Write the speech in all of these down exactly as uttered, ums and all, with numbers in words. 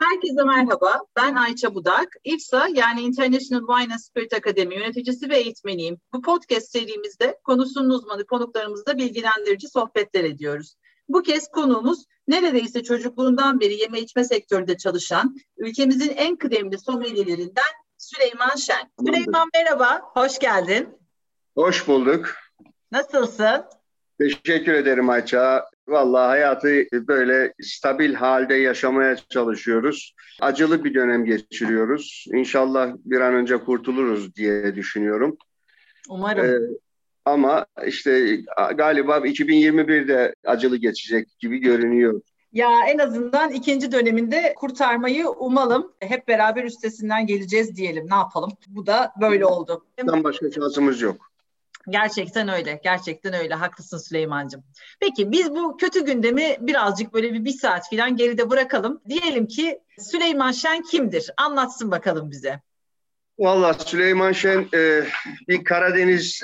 Herkese merhaba, ben Ayça Budak. İFSA yani International Wine and Spirit Academy yöneticisi ve eğitmeniyim. Bu podcast serimizde konusunun uzmanı konuklarımızla bilgilendirici sohbetler ediyoruz. Bu kez konuğumuz neredeyse çocukluğundan beri yeme içme sektöründe çalışan ülkemizin en kıdemli sommeliерлerinden Süleyman Şen. Süleyman merhaba, hoş geldin. Hoş bulduk. Nasılsın? Teşekkür ederim Ayça. Vallahi hayatı böyle stabil halde yaşamaya çalışıyoruz. Acılı bir dönem geçiriyoruz. İnşallah bir an önce kurtuluruz diye düşünüyorum. Umarım. Ee, ama işte galiba iki bin yirmi birde acılı geçecek gibi görünüyor. Ya en azından ikinci döneminde kurtarmayı umalım. Hep beraber üstesinden geleceğiz diyelim. Ne yapalım? Bu da böyle oldu. Bundan başka şansımız yok. Gerçekten öyle. Gerçekten öyle. Haklısın Süleyman'cığım. Peki biz bu kötü gündemi birazcık böyle bir, bir saat falan geride bırakalım. Diyelim ki Süleyman Şen kimdir? Anlatsın bakalım bize. Vallahi Süleyman Şen e, bir Karadeniz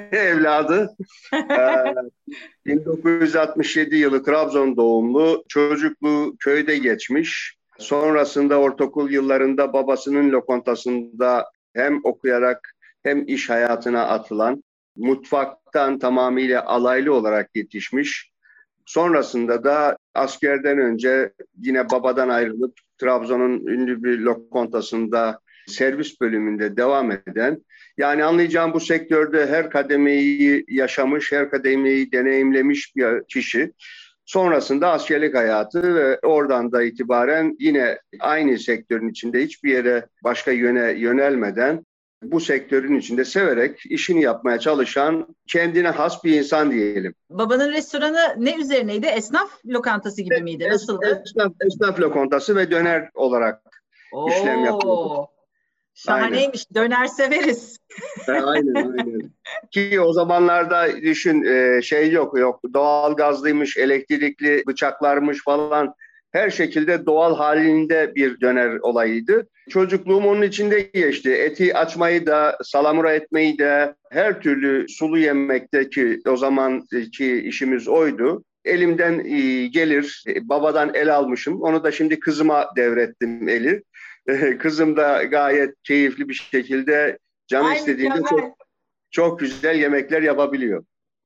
evladı. e, bin dokuz yüz altmış yedi yılı Trabzon doğumlu. Çocukluğu köyde geçmiş. Sonrasında ortaokul yıllarında babasının lokantasında hem okuyarak hem iş hayatına atılan, mutfaktan tamamıyla alaylı olarak yetişmiş. Sonrasında da askerden önce yine babadan ayrılıp Trabzon'un ünlü bir lokantasında servis bölümünde devam eden, yani anlayacağım bu sektörde her kademeyi yaşamış, her kademeyi deneyimlemiş bir kişi. Sonrasında askerlik hayatı ve oradan da itibaren yine aynı sektörün içinde hiçbir yere başka yöne yönelmeden bu sektörün içinde severek işini yapmaya çalışan kendine has bir insan diyelim. Babanın restoranı ne üzerineydi? Esnaf lokantası gibi miydi? Nasıldı? Esnaf, esnaf lokantası ve döner olarak Oo. işlem yapıyordu. Şahaneymiş. Aynen. Döner severiz. Aynen aynen. Ki o zamanlarda düşün şey yok yok doğal gazlıymış, elektrikli bıçaklarmış falan. Her şekilde doğal halinde bir döner olayıydı. Çocukluğum onun içinde geçti. Eti açmayı da, salamura etmeyi de, her türlü sulu yemekteki o zamanki işimiz oydu. Elimden gelir, babadan el almışım. Onu da şimdi kızıma devrettim eli. Kızım da gayet keyifli bir şekilde canı Ay, istediğinde çok, çok güzel yemekler yapabiliyor.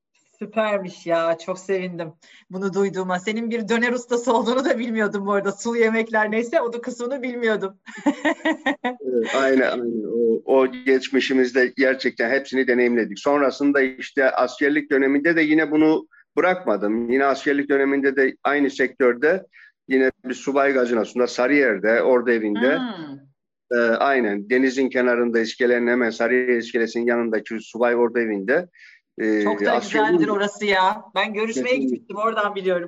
Süpermiş ya. Çok sevindim bunu duyduğuma. Senin bir döner ustası olduğunu da bilmiyordum bu arada. Sulu yemekler neyse o da kısmını bilmiyordum. Evet, aynen aynen. O, o geçmişimizde gerçekten hepsini deneyimledik. Sonrasında işte askerlik döneminde de yine bunu bırakmadım. Yine askerlik döneminde de aynı sektörde yine bir subay gazinosu'nda Sarıyer'de orada evinde. Hmm. E, aynen denizin kenarında iskelenin hemen Sarıyer iskelesinin yanındaki subay orada evinde. Ee, Çok da askerlik... güzeldir orası ya. Ben görüşmeye gitmiştim, oradan biliyorum.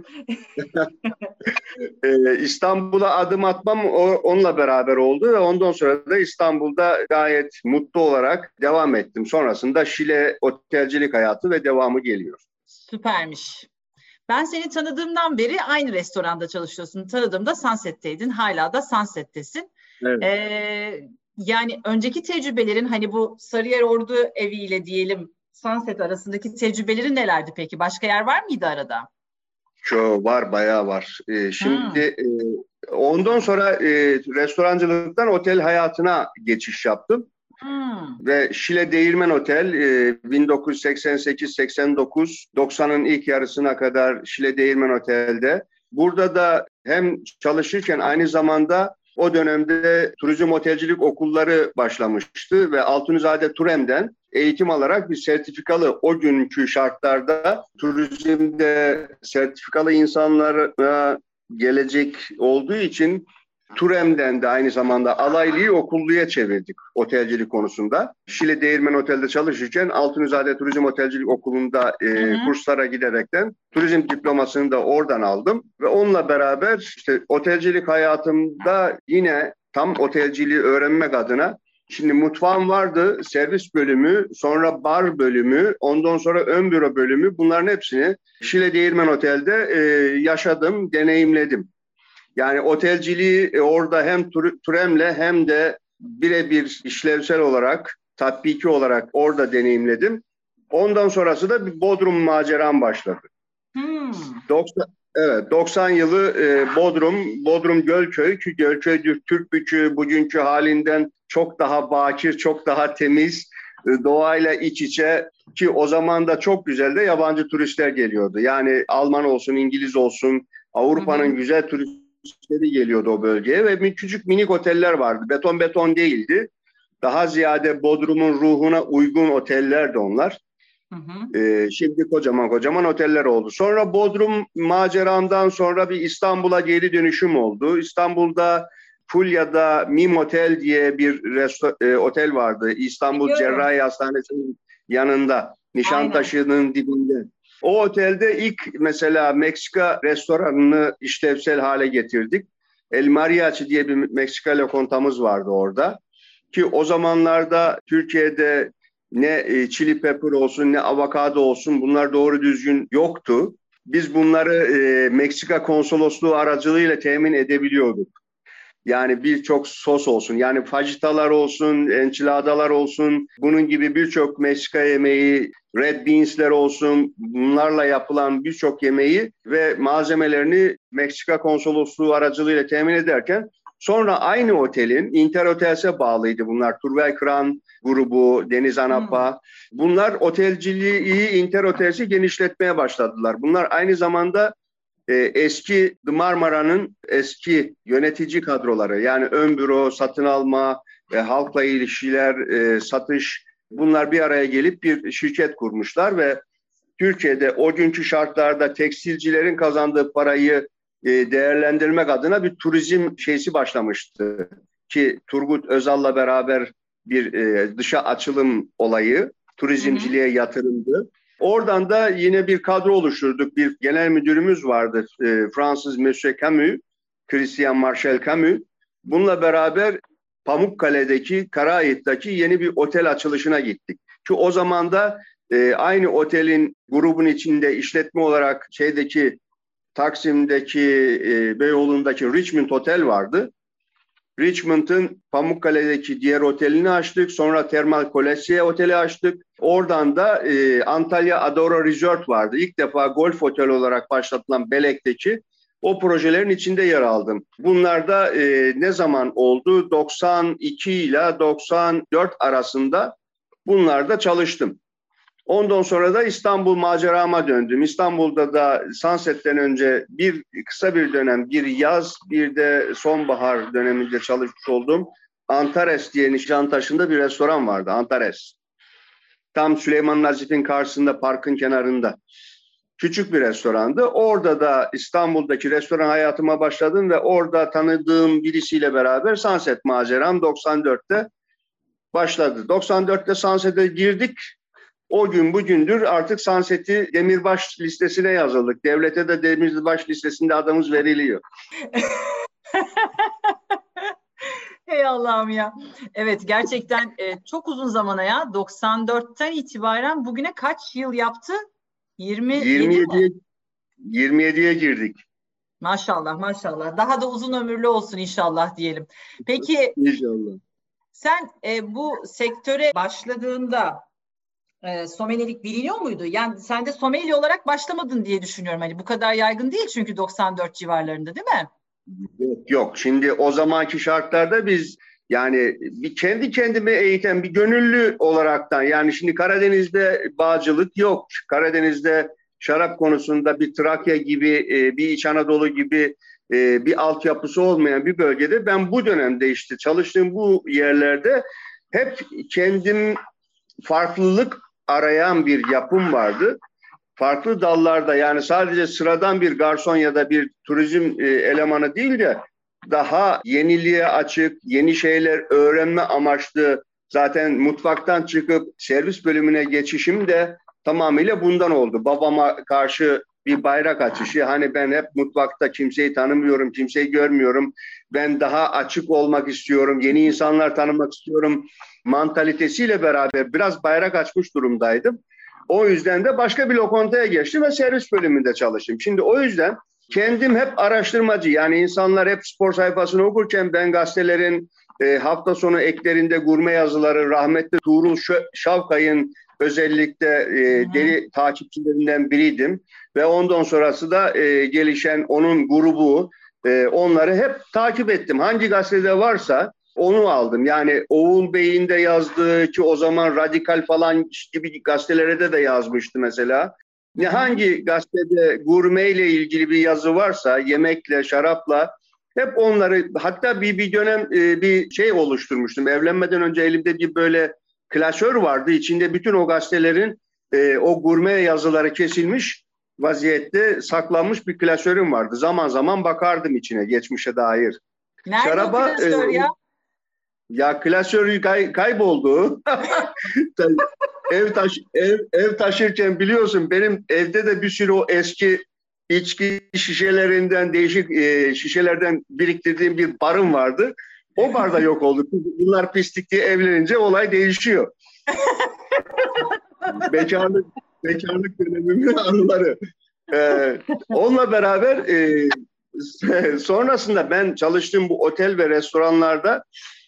ee, İstanbul'a adım atmam o, onunla beraber oldu ve ondan sonra da İstanbul'da gayet mutlu olarak devam ettim. Sonrasında Şile otelcilik hayatı ve devamı geliyor. Süpermiş. Ben seni tanıdığımdan beri aynı restoranda çalışıyorsun. Tanıdığımda Sunset'teydin, hala da Sunset'tesin. Evet. Ee, yani önceki tecrübelerin hani bu Sarıyer Ordu eviyle diyelim Sunset arasındaki tecrübeleri nelerdi peki? Başka yer var mıydı arada? Çok var, bayağı var. Ee, şimdi hmm. e, ondan sonra e, restorancılıktan otel hayatına geçiş yaptım. Hmm. Ve Şile Değirmen Otel e, bin dokuz yüz seksen sekiz seksen dokuz doksanın ilk yarısına kadar Şile Değirmen Otel'de. Burada da hem çalışırken aynı zamanda o dönemde turizm otelcilik okulları başlamıştı ve Altunizade Turem'den eğitim alarak bir sertifikalı o günkü şartlarda turizmde sertifikalı insanlara gelecek olduğu için Turem'den de aynı zamanda alaylıyı okulluya çevirdik otelcilik konusunda. Şile Değirmen Otel'de çalışırken Altunizade Turizm Otelcilik Okulu'nda e, kurslara giderekten turizm diplomasını da oradan aldım. Ve onunla beraber işte otelcilik hayatımda yine tam otelciliği öğrenmek adına şimdi mutfağım vardı, servis bölümü, sonra bar bölümü, ondan sonra ön büro bölümü, bunların hepsini Şile Değirmen Otel'de e, yaşadım, deneyimledim. Yani otelciliği orada hem Turem'le hem de birebir işlevsel olarak, tatbiki olarak orada deneyimledim. Ondan sonrası da bir Bodrum maceram başladı. Hmm. doksan, Evet, doksan yılı e, Bodrum, Bodrum Gölköy ki Gölköy Türkbükü bugünkü halinden çok daha bakir, çok daha temiz, e, doğayla iç içe ki o zaman da çok güzel de yabancı turistler geliyordu. Yani Alman olsun, İngiliz olsun, Avrupa'nın güzel turistleri geliyordu o bölgeye ve küçük minik oteller vardı. Beton beton değildi. Daha ziyade Bodrum'un ruhuna uygun otellerdi onlar. Hı hı. Ee, şimdi kocaman kocaman oteller oldu. Sonra Bodrum maceramdan sonra bir İstanbul'a geri dönüşüm oldu. İstanbul'da Fulya'da Mim Otel diye bir resto- e, otel vardı. İstanbul Biliyorum. Cerrahi Hastanesi'nin yanında, Nişantaşı'nın dibinde. O otelde ilk mesela Meksika restoranını işlevsel hale getirdik. El Mariachi diye bir Meksika lokantamız vardı orada. Ki o zamanlarda Türkiye'de ne chili pepper olsun ne avokado olsun bunlar doğru düzgün yoktu. Biz bunları e, Meksika konsolosluğu aracılığıyla temin edebiliyorduk. Yani birçok sos olsun, yani fajitalar olsun, enchiladalar olsun, bunun gibi birçok Meksika yemeği, red beans'ler olsun, bunlarla yapılan birçok yemeği ve malzemelerini Meksika konsolosluğu aracılığıyla temin ederken sonra aynı otelin, Inter Hotels'e bağlıydı bunlar. Turvel Kran grubu, Deniz Anapa. Hmm. Bunlar otelciliği, Inter Hotels'i genişletmeye başladılar. Bunlar aynı zamanda e, eski The Marmara'nın eski yönetici kadroları. Yani ön büro, satın alma, e, halkla ilişkiler, e, satış. Bunlar bir araya gelip bir şirket kurmuşlar ve Türkiye'de o günkü şartlarda tekstilcilerin kazandığı parayı değerlendirmek adına bir turizm şeysi başlamıştı. Ki Turgut Özal'la beraber bir e, dışa açılım olayı, turizmciliğe hı hı. yatırımdı. Oradan da yine bir kadro oluşturduk. Bir genel müdürümüz vardı, e, Fransız Monsieur Camus, Christian Marcel Camus. Bununla beraber Pamukkale'deki, Karayiğit'teki yeni bir otel açılışına gittik. Ki o zaman da e, aynı otelin grubun içinde işletme olarak şeydeki Taksim'deki, e, Beyoğlu'ndaki Richmond Otel vardı. Richmond'ın Pamukkale'deki diğer otelini açtık. Sonra Termal Kolesye Oteli açtık. Oradan da e, Antalya Adora Resort vardı. İlk defa golf otel olarak başlatılan Belek'teki o projelerin içinde yer aldım. Bunlar da e, ne zaman oldu? doksan iki ile doksan dört arasında bunlarda çalıştım. Ondan sonra da İstanbul macerama döndüm. İstanbul'da da Sunset'ten önce bir kısa bir dönem, bir yaz, bir de sonbahar döneminde çalışmış oldum. Antares diye Nişantaşı'nda bir restoran vardı, Antares. Tam Süleyman Nazif'in karşısında, parkın kenarında. Küçük bir restorandı. Orada da İstanbul'daki restoran hayatıma başladım ve orada tanıdığım birisiyle beraber Sunset maceram doksan dörtte başladı. doksan dörtte Sunset'e girdik. O gün bugündür artık Sunset'i demirbaş listesine yazıldık. Devlete de demirbaş listesinde adımız veriliyor. Hey Allah'ım ya. Evet gerçekten e, çok uzun zamana ya. doksan dörtten itibaren bugüne kaç yıl yaptı? yirmi yedi yirmi yediye girdik. Maşallah maşallah. Daha da uzun ömürlü olsun inşallah diyelim. Peki İnşallah. Sen e, bu sektöre başladığında e, somelilik biliniyor muydu? Yani sen de someli olarak başlamadın diye düşünüyorum. Hani bu kadar yaygın değil çünkü doksan dört civarlarında değil mi? Yok yok. Şimdi o zamanki şartlarda biz yani bir kendi kendime eğiten bir gönüllü olaraktan yani şimdi Karadeniz'de bağcılık yok. Karadeniz'de şarap konusunda bir Trakya gibi, bir İç Anadolu gibi bir altyapısı olmayan bir bölgede ben bu dönemde işte çalıştığım bu yerlerde hep kendim farklılık arayan bir yapım vardı. Farklı dallarda yani sadece sıradan bir garson ya da bir turizm elemanı değil de daha yeniliğe açık, yeni şeyler öğrenme amaçlı zaten mutfaktan çıkıp servis bölümüne geçişim de tamamıyla bundan oldu. Babama karşı bir bayrak açışı. Hani ben hep mutfakta kimseyi tanımıyorum, kimseyi görmüyorum. Ben daha açık olmak istiyorum, yeni insanlar tanımak istiyorum. Mantalitesiyle beraber biraz bayrak açmış durumdaydım. O yüzden de başka bir lokantaya geçtim ve servis bölümünde çalıştım. Şimdi o yüzden kendim hep araştırmacı. Yani insanlar hep spor sayfasını okurken ben gazetelerin e, hafta sonu eklerinde gurme yazıları, rahmetli Tuğrul Şavkay'ın özellikle e, deli takipçilerinden biriydim. Ve ondan sonrası da e, gelişen onun grubu, e, onları hep takip ettim. Hangi gazetede varsa onu aldım. Yani Oğul Bey'in de yazdığı, ki o zaman Radikal falan gibi gazetelere de yazmıştı mesela. Ne hangi gazetede gurmeyle ilgili bir yazı varsa, yemekle, şarapla, hep onları, hatta bir bir dönem e, bir şey oluşturmuştum. Evlenmeden önce elimde bir böyle klasör vardı. İçinde bütün o gazetelerin e, o gurme yazıları kesilmiş vaziyette saklanmış bir klasörüm vardı. Zaman zaman bakardım içine, geçmişe dair. Nerede Şaraba, o klasör e, ya? Ya klasör kay, kayboldu. ev, taş, ev, ev taşırken biliyorsun benim evde de bir sürü o eski içki şişelerinden, değişik e, şişelerden biriktirdiğim bir barım vardı. O bar da yok oldu. Bunlar pislik diye evlenince olay değişiyor. bekarlık, bekarlık dönemimin anıları. Ee, onunla beraber e, sonrasında ben çalıştığım bu otel ve restoranlarda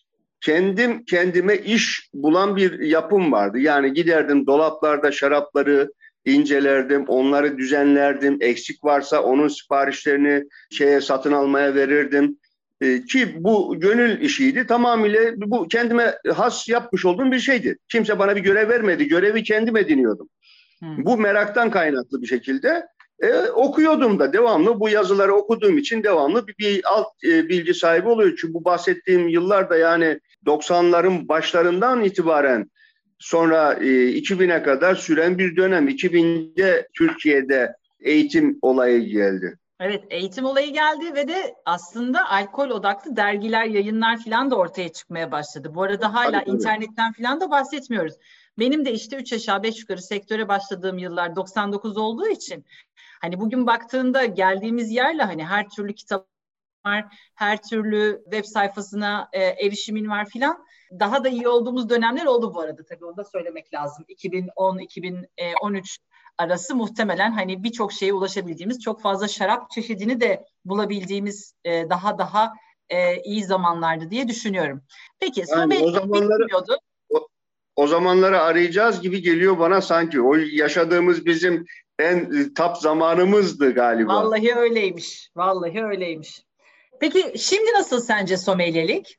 kendim kendime iş bulan bir yapım vardı. Yani giderdim dolaplarda şarapları incelerdim, onları düzenlerdim. Eksik varsa onun siparişlerini şeye satın almaya verirdim. Ee, ki bu gönül işiydi. Tamamıyla bu kendime has yapmış olduğum bir şeydi. Kimse bana bir görev vermedi. Görevi kendim ediniyordum. Hmm. Bu meraktan kaynaklı bir şekilde e, okuyordum da devamlı. Bu yazıları okuduğum için devamlı bir, bir alt e, bilgi sahibi oluyor. Çünkü bu bahsettiğim yıllarda yani doksanların başlarından itibaren sonra e, iki bine kadar süren bir dönem. iki binde Türkiye'de eğitim olayı geldi. Evet, eğitim olayı geldi ve de aslında alkol odaklı dergiler, yayınlar falan da ortaya çıkmaya başladı. Bu arada hala tabii, tabii. internetten falan da bahsetmiyoruz. Benim de işte üç aşağı beş yukarı sektöre başladığım yıllar doksan dokuz olduğu için hani bugün baktığında geldiğimiz yerle hani her türlü kitap var, her türlü web sayfasına e, erişimin var filan. Daha da iyi olduğumuz dönemler oldu bu arada, tabii onu da söylemek lazım. iki bin on iki bin on üç arası muhtemelen hani birçok şeye ulaşabildiğimiz, çok fazla şarap çeşidini de bulabildiğimiz e, daha daha e, iyi zamanlardı diye düşünüyorum. Peki yani o zamanları o, o zamanları arayacağız gibi geliyor bana sanki. O yaşadığımız bizim en top zamanımızdı galiba. Vallahi öyleymiş. Vallahi öyleymiş. Peki şimdi nasıl sence sommelyelik?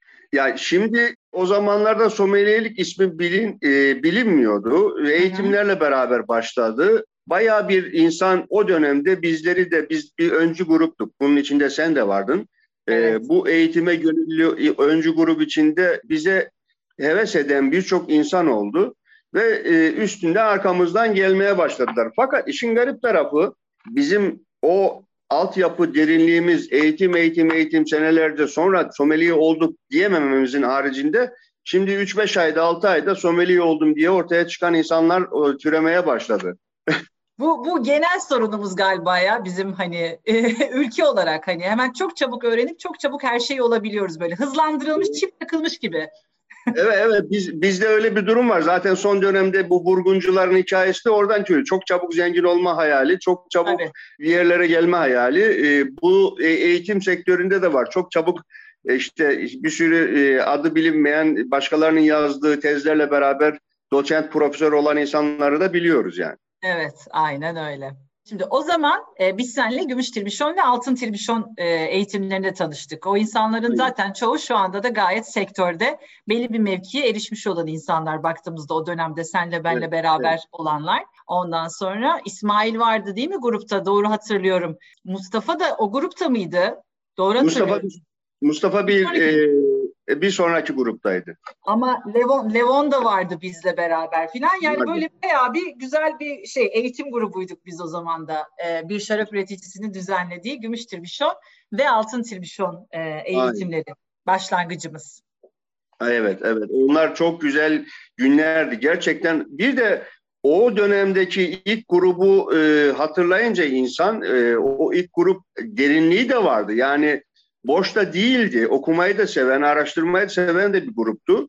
Ya şimdi o zamanlarda sommelyelik ismi bilin, e, bilinmiyordu. Eğitimlerle beraber başladı. Bayağı bir insan o dönemde bizleri de, biz bir öncü gruptuk. Bunun içinde sen de vardın. Evet. E, bu eğitime gönüllü öncü grup içinde bize heves eden birçok insan oldu. Ve e, üstünde arkamızdan gelmeye başladılar. Fakat işin garip tarafı bizim o altyapı derinliğimiz, eğitim eğitim eğitim senelerce sonra sommelier olduk diyemememizin haricinde şimdi üç beş ayda altı ayda sommelier oldum diye ortaya çıkan insanlar o, türemeye başladı. Bu, bu genel sorunumuz galiba ya bizim hani e, ülke olarak hani hemen çok çabuk öğrenip çok çabuk her şey olabiliyoruz, böyle hızlandırılmış, çift takılmış gibi. Evet evet biz, bizde öyle bir durum var. Zaten son dönemde bu vurguncuların hikayesi de oradan çıkıyor. Çok çabuk zengin olma hayali, çok çabuk Tabii. bir yerlere gelme hayali. E, bu e, eğitim sektöründe de var. Çok çabuk e, işte bir sürü e, adı bilinmeyen başkalarının yazdığı tezlerle beraber doçent, profesör olan insanları da biliyoruz yani. Evet, aynen öyle. Şimdi o zaman e, biz seninle gümüş tirbişon ve altın tirbişon e, eğitimlerinde tanıştık. O insanların Hayır. zaten çoğu şu anda da gayet sektörde belli bir mevkiye erişmiş olan insanlar, baktığımızda o dönemde senle benle evet, beraber evet. olanlar. Ondan sonra İsmail vardı değil mi grupta? Doğru hatırlıyorum. Mustafa da o grupta mıydı? Doğru Mustafa, hatırlıyorum. Mustafa bir e, bir sonraki gruptaydı. Ama Levon, Levon da vardı bizle beraber filan. Yani Hadi. böyle bayağı bir güzel bir şey eğitim grubuyduk biz o zaman da. Ee, bir şarap üreticisinin düzenlediği gümüş tirbişon ve altın tirbişon e, eğitimleri Aynen. başlangıcımız. Evet, evet. Onlar çok güzel günlerdi. Gerçekten bir de o dönemdeki ilk grubu e, hatırlayınca insan e, o ilk grup derinliği de vardı. Yani boş da değildi. Okumayı da seven, araştırmayı da seven de bir gruptu.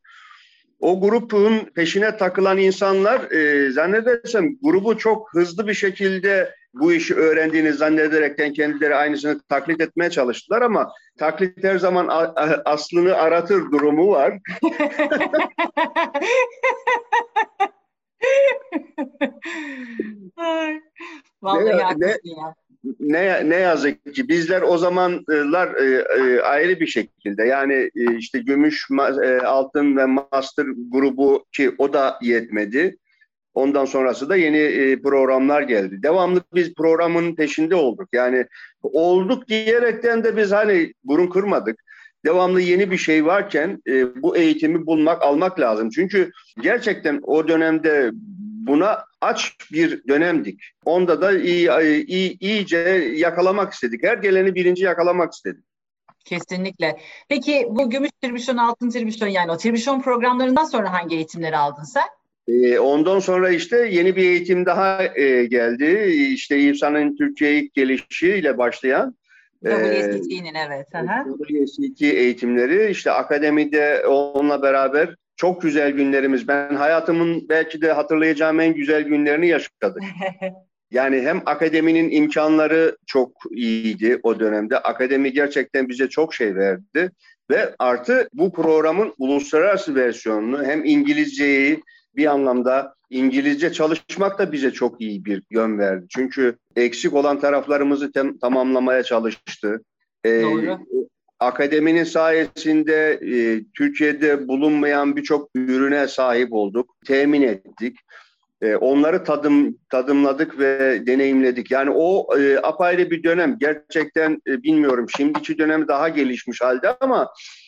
O grubun peşine takılan insanlar e, zannedersem grubu çok hızlı bir şekilde bu işi öğrendiğini zannederekten kendileri aynısını taklit etmeye çalıştılar ama taklit her zaman a, a, aslını aratır durumu var. Ay, vallahi Ne, haklısın ne, ya. ne, ne yazık ki bizler o zamanlar e, e, ayrı bir şekilde yani e, işte gümüş, ma- e, altın ve master grubu ki o da yetmedi. Ondan sonrası da yeni e, programlar geldi. Devamlı biz programın peşinde olduk. Yani olduk diyerekten de biz hani burun kırmadık. Devamlı yeni bir şey varken e, bu eğitimi bulmak, almak lazım. Çünkü gerçekten o dönemde buna aç bir dönemdik. Onda da iyi, iyi, iyice yakalamak istedik. Her geleni birinci yakalamak istedik. Kesinlikle. Peki bu gümüş tribüşon, altın tribüşon yani o tribüşon programlarından sonra hangi eğitimleri aldın sen? E, ondan sonra işte yeni bir eğitim daha e, geldi. İşte İhsan'ın Türkiye'ye ilk gelişiyle başlayan W e, S E T'nin evet. Aha. W S E T eğitimleri. İşte akademide onunla beraber çok güzel günlerimiz. Ben hayatımın belki de hatırlayacağım en güzel günlerini yaşadık. Yani hem akademinin imkanları çok iyiydi o dönemde. Akademi gerçekten bize çok şey verdi. Ve artı bu programın uluslararası versiyonunu hem İngilizceyi bir anlamda İngilizce çalışmak da bize çok iyi bir yön verdi. Çünkü eksik olan taraflarımızı tem- tamamlamaya çalıştı. Ee, Doğru. Akademinin sayesinde e, Türkiye'de bulunmayan birçok ürüne sahip olduk, temin ettik. E, onları tadım tadımladık ve deneyimledik. Yani o e, apayrı bir dönem. Gerçekten e, bilmiyorum. Şimdiki dönem daha gelişmiş halde ama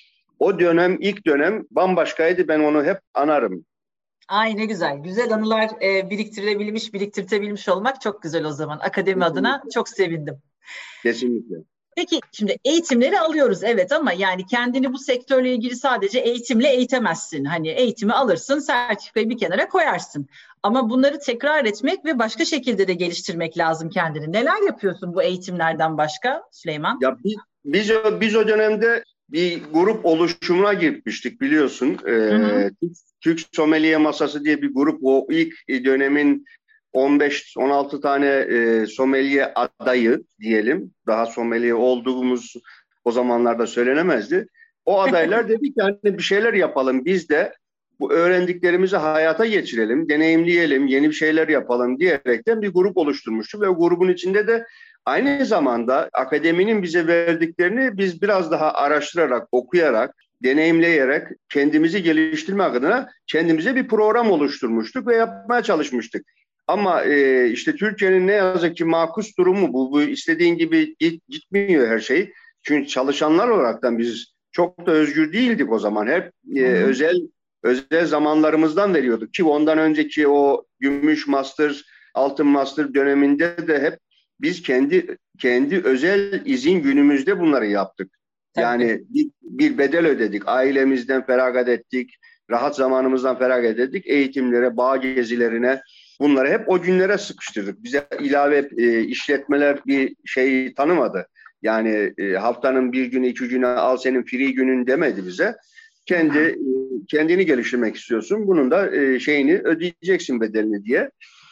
o dönem, ilk dönem bambaşkaydı. Ben onu hep anarım. Ay ne güzel. Güzel anılar e, biriktirilebilmiş, biriktirtebilmiş olmak çok güzel o zaman. Akademi adına Kesinlikle. çok sevindim. Kesinlikle. Peki şimdi eğitimleri alıyoruz evet ama yani kendini bu sektörle ilgili sadece eğitimle eğitemezsin. Hani eğitimi alırsın, sertifikayı bir kenara koyarsın. Ama bunları tekrar etmek ve başka şekilde de geliştirmek lazım kendini. Neler yapıyorsun bu eğitimlerden başka Süleyman? Ya biz, biz, o, biz o dönemde bir grup oluşumuna girmiştik biliyorsun. Ee, Hı hı. Türk, Türk Sommelier Masası diye bir grup. O ilk dönemin on beş on altı tane e, sommelier adayı diyelim. Daha sommelier olduğumuz o zamanlarda söylenemezdi. O adaylar dedi ki hani bir şeyler yapalım biz de bu öğrendiklerimizi hayata geçirelim, deneyimleyelim, yeni bir şeyler yapalım diyerekten bir grup oluşturmuştu ve o grubun içinde de aynı zamanda akademinin bize verdiklerini biz biraz daha araştırarak, okuyarak, deneyimleyerek kendimizi geliştirme adına kendimize bir program oluşturmuştuk ve yapmaya çalışmıştık. Ama e, işte Türkiye'nin ne yazık ki makus durumu bu. Bu istediğin gibi git, gitmiyor her şey. Çünkü çalışanlar olaraktan biz çok da özgür değildik o zaman. Hep e, özel özel zamanlarımızdan veriyorduk ki ondan önceki o gümüş master, altın master döneminde de hep biz kendi kendi özel izin günümüzde bunları yaptık. Tabii. Yani bir, bir bedel ödedik, ailemizden feragat ettik, rahat zamanımızdan feragat ettik, eğitimlere, bağ gezilerine. Bunları hep o günlere sıkıştırdık. Bize ilave e, işletmeler bir şey tanımadı. Yani e, haftanın bir günü, iki günü al senin free günün demedi bize. Kendi e, kendini geliştirmek istiyorsun. Bunun da e, şeyini ödeyeceksin bedelini diye.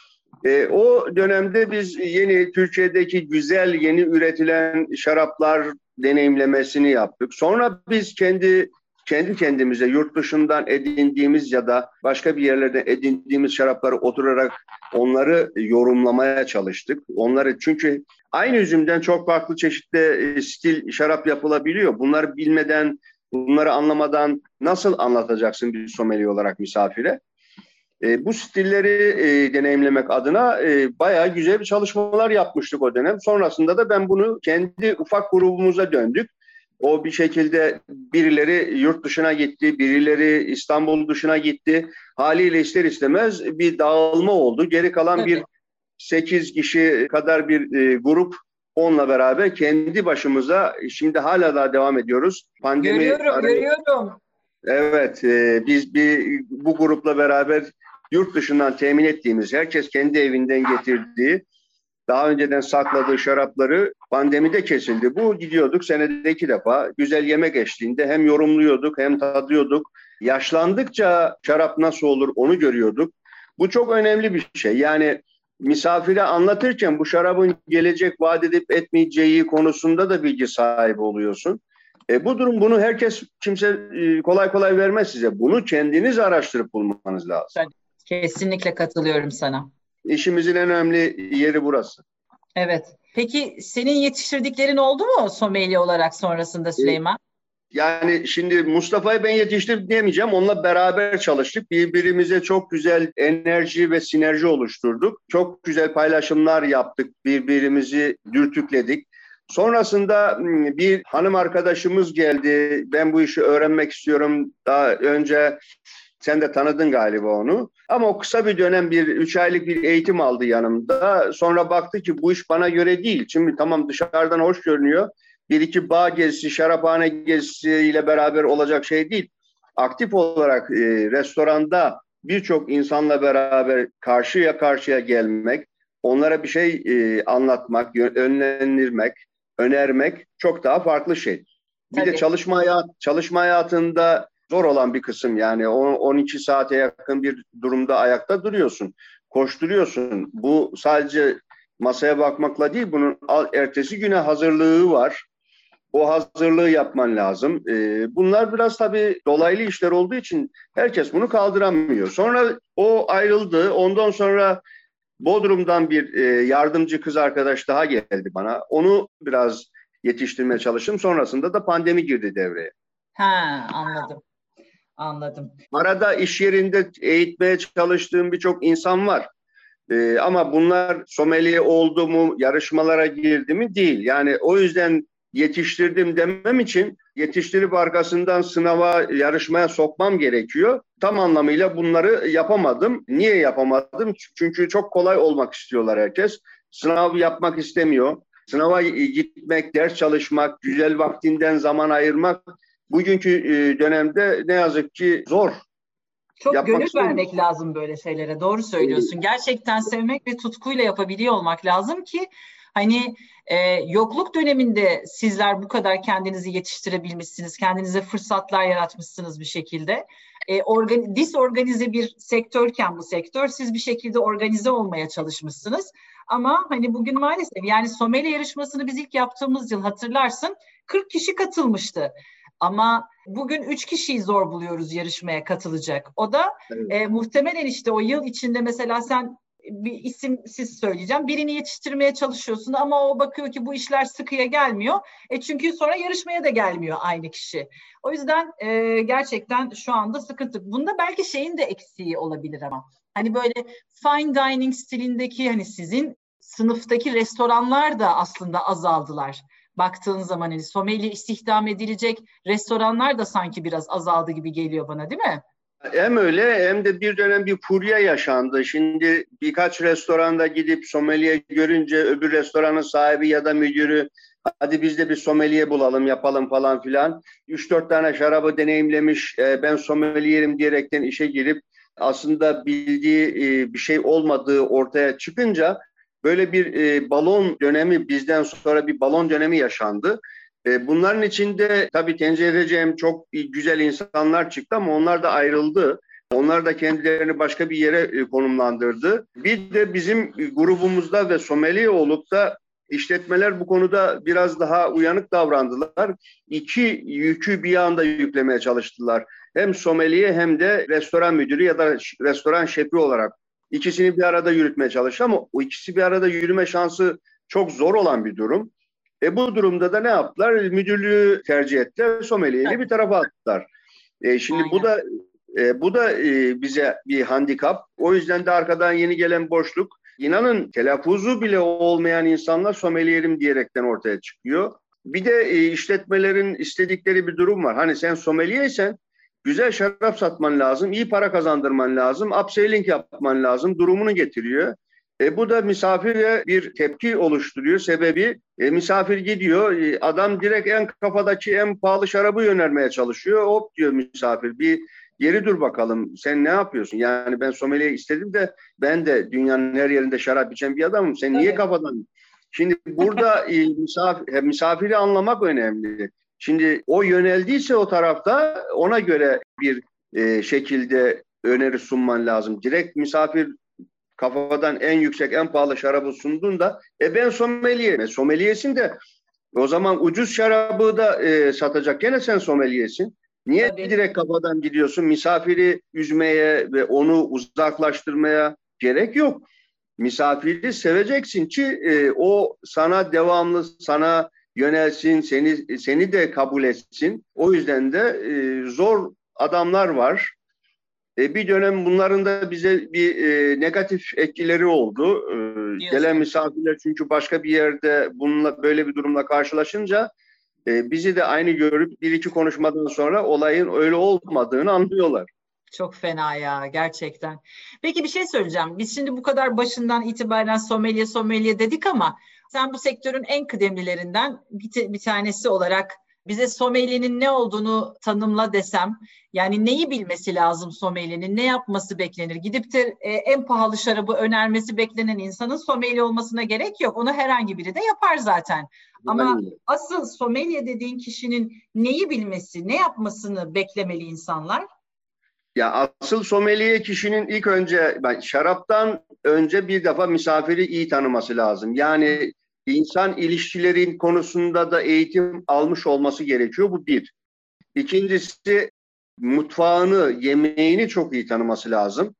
E, o dönemde biz yeni Türkiye'deki güzel yeni üretilen şaraplar deneyimlemesini yaptık. Sonra biz kendi kendi kendimize yurt dışından edindiğimiz ya da başka bir yerlerden edindiğimiz şarapları oturarak onları yorumlamaya çalıştık. Onları çünkü aynı üzümden çok farklı çeşitli stil şarap yapılabiliyor. Bunları bilmeden, bunları anlamadan nasıl anlatacaksın bir sommelier olarak misafire? E, bu stilleri e, deneyimlemek adına e, bayağı güzel bir çalışmalar yapmıştık o dönem. Sonrasında da ben bunu kendi ufak grubumuza döndük. O bir şekilde birileri yurt dışına gitti, birileri İstanbul dışına gitti. Haliyle ister istemez bir dağılma oldu. Geri kalan Tabii. bir sekiz kişi kadar bir e, grup onunla beraber kendi başımıza şimdi hala daha devam ediyoruz. Pandemi Görüyorum, arayı, görüyorum. evet e, biz bir bu grupla beraber yurt dışından temin ettiğimiz, herkes kendi evinden getirdiği, daha önceden sakladığı şarapları pandemide kesildi. Bu gidiyorduk senede iki defa. Güzel yemek eşliğinde hem yorumluyorduk hem tadıyorduk. Yaşlandıkça şarap nasıl olur onu görüyorduk. Bu çok önemli bir şey. Yani misafire anlatırken bu şarabın gelecek vaat edip etmeyeceği konusunda da bilgi sahibi oluyorsun. E, bu durum bunu herkes kimse e, kolay kolay vermez size. Bunu kendiniz araştırıp bulmanız lazım. Kesinlikle katılıyorum sana. İşimizin en önemli yeri burası. Evet. Peki senin yetiştirdiklerin oldu mu sommelier olarak sonrasında Süleyman? Yani şimdi Mustafa'yı ben yetiştirdim diyemeyeceğim. Onunla beraber çalıştık. Birbirimize çok güzel enerji ve sinerji oluşturduk. Çok güzel paylaşımlar yaptık. Birbirimizi dürtükledik. Sonrasında bir hanım arkadaşımız geldi. Ben bu işi öğrenmek istiyorum. Daha önce sen de tanıdın galiba onu. Ama o kısa bir dönem bir üç aylık bir eğitim aldı yanımda. Sonra baktı ki bu iş bana göre değil. Şimdi tamam dışarıdan hoş görünüyor. Bir iki bağ gezisi, şaraphane gezisiyle beraber olacak şey değil. Aktif olarak e, restoranda birçok insanla beraber karşıya karşıya gelmek, onlara bir şey e, anlatmak, yönlendirmek, önermek çok daha farklı şey. Bir Tabii. de çalışma hayat, çalışma hayatında zor olan bir kısım, yani on iki saate yakın bir durumda ayakta duruyorsun, koşturuyorsun. Bu sadece masaya bakmakla değil, bunun ertesi güne hazırlığı var. O hazırlığı yapman lazım. Bunlar biraz tabii dolaylı işler olduğu için herkes bunu kaldıramıyor. Sonra o ayrıldı. Ondan sonra Bodrum'dan bir yardımcı kız arkadaş daha geldi bana. Onu biraz yetiştirmeye çalıştım. Sonrasında da pandemi girdi devreye. Ha, anladım. Anladım. Arada iş yerinde eğitmeye çalıştığım birçok insan var. Ee, ama bunlar sommelier oldu mu, yarışmalara girdi mi değil. Yani o yüzden yetiştirdim demem için yetiştirip arkasından sınava, yarışmaya sokmam gerekiyor. Tam anlamıyla bunları yapamadım. Niye yapamadım? Çünkü çok kolay olmak istiyorlar herkes. Sınav yapmak istemiyor. Sınava gitmek, ders çalışmak, güzel vaktinden zaman ayırmak bugünkü dönemde ne yazık ki zor. Çok Yapmak gönül istemiyorum. Vermek lazım böyle şeylere. Doğru söylüyorsun. Gerçekten sevmek ve tutkuyla yapabiliyor olmak lazım ki hani e, yokluk döneminde sizler bu kadar kendinizi yetiştirebilmişsiniz. Kendinize fırsatlar yaratmışsınız bir şekilde. E, organ, disorganize bir sektörken bu sektör, siz bir şekilde organize olmaya çalışmışsınız. Ama hani bugün maalesef yani sommelier yarışmasını biz ilk yaptığımız yıl hatırlarsın kırk kişi katılmıştı. Ama bugün üç kişiyi zor buluyoruz yarışmaya katılacak. O da evet. e, muhtemelen işte o yıl içinde mesela sen bir isimsiz söyleyeceğim. Birini yetiştirmeye çalışıyorsun ama o bakıyor ki bu işler sıkıya gelmiyor. E çünkü sonra yarışmaya da gelmiyor aynı kişi. O yüzden e, gerçekten şu anda sıkıntı. Bunda belki şeyin de eksiği olabilir ama. Hani böyle fine dining stilindeki hani sizin sınıftaki restoranlar da aslında azaldılar. Baktığın zaman hani sommelier istihdam edilecek restoranlar da sanki biraz azaldı gibi geliyor bana, değil mi? Hem öyle hem de bir dönem bir furya yaşandı. Şimdi birkaç restoranda gidip sommelier görünce öbür restoranın sahibi ya da müdürü hadi biz de bir sommelier bulalım yapalım falan filan. üç dört tane şarabı deneyimlemiş ben sommelierim diyerekten işe girip aslında bildiği bir şey olmadığı ortaya çıkınca böyle bir e, balon dönemi, bizden sonra bir balon dönemi yaşandı. E, bunların içinde tabii tenzih edeceğim çok güzel insanlar çıktı ama onlar da ayrıldı. Onlar da kendilerini başka bir yere e, konumlandırdı. Bir de bizim grubumuzda ve sommelier olup da işletmeler bu konuda biraz daha uyanık davrandılar. İki yükü bir anda yüklemeye çalıştılar. Hem sommelier hem de restoran müdürü ya da restoran şefi olarak. İkisini bir arada yürütmeye çalıştı ama o ikisi bir arada yürüme şansı çok zor olan bir durum. E bu durumda da ne yaptılar? Müdürlüğü tercih ettiler, sommelier'i bir tarafa attılar. E şimdi Aynen. bu da e, bu da e, bize bir handikap. O yüzden de arkadan yeni gelen boşluk. İnanın telaffuzu bile olmayan insanlar sommelier'im diyerekten ortaya çıkıyor. Bir de e, işletmelerin istedikleri bir durum var. Hani sen sommelier'sen güzel şarap satman lazım, iyi para kazandırman lazım, upselling yapman lazım, durumunu getiriyor. E, bu da misafire bir tepki oluşturuyor. Sebebi e, misafir gidiyor, e, adam direkt en kafadaki en pahalı şarabı önermeye çalışıyor. Hop diyor misafir, bir geri dur bakalım, sen ne yapıyorsun? Yani ben sommelier istedim de ben de dünyanın her yerinde şarap içen bir adamım. Sen niye evet. kafadan? Şimdi burada e, misafir, misafiri anlamak önemli. Şimdi o yöneldiyse o tarafta ona göre bir e, şekilde öneri sunman lazım. Direkt misafir kafadan en yüksek, en pahalı şarabı sunduğunda e ben sommelier. E, sommeliersin de o zaman ucuz şarabı da e, satacak. Gene sen sommeliersin. Niye Tabii. direkt kafadan gidiyorsun? Misafiri üzmeye ve onu uzaklaştırmaya gerek yok. Misafiri seveceksin ki e, o sana devamlı, sana yönelsin, seni seni de kabul etsin. O yüzden de e, zor adamlar var. E, bir dönem bunların da bize bir e, negatif etkileri oldu. E, gelen misafirler çünkü başka bir yerde bununla böyle bir durumla karşılaşınca e, bizi de aynı görüp bir iki konuşmadan sonra olayın öyle olmadığını anlıyorlar. Çok fena ya gerçekten. Peki bir şey söyleyeceğim. Biz şimdi bu kadar başından itibaren sommelier sommelier dedik ama sen bu sektörün en kıdemlilerinden bir, bir tanesi olarak bize sommelier'in ne olduğunu tanımla desem, yani neyi bilmesi lazım sommelier'in, ne yapması beklenir? Gidip de e, en pahalı şarabı önermesi beklenen insanın sommelier olmasına gerek yok. Onu herhangi biri de yapar zaten. Ama asıl sommelier dediğin kişinin neyi bilmesi, ne yapmasını beklemeli insanlar? Ya asıl sommelier kişinin ilk önce ben, şaraptan önce bir defa misafiri iyi tanıması lazım. Yani insan ilişkilerin konusunda da eğitim almış olması gerekiyor. Bu bir. İkincisi mutfağını, yemeğini çok iyi tanıması lazım.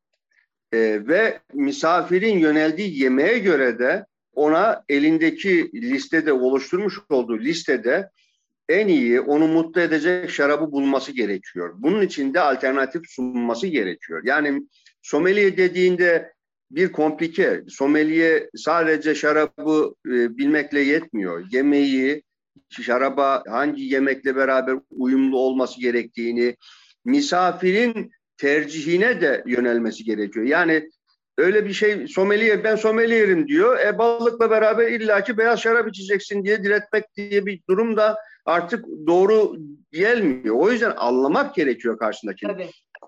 Ee, ve misafirin yöneldiği yemeğe göre de ona elindeki listede oluşturmuş olduğu listede en iyi, onu mutlu edecek şarabı bulması gerekiyor. Bunun için de alternatif sunması gerekiyor. Yani sommelier dediğinde bir komplike. Sommelier sadece şarabı e, bilmekle yetmiyor. Yemeği, şaraba hangi yemekle beraber uyumlu olması gerektiğini, misafirin tercihine de yönelmesi gerekiyor. Yani öyle bir şey, sommelier, ben sommelierim diyor. E balıkla beraber illaki beyaz şarap içeceksin diye diretmek diye bir durum da artık doğru gelmiyor. O yüzden anlamak gerekiyor karşındakini. Tabii.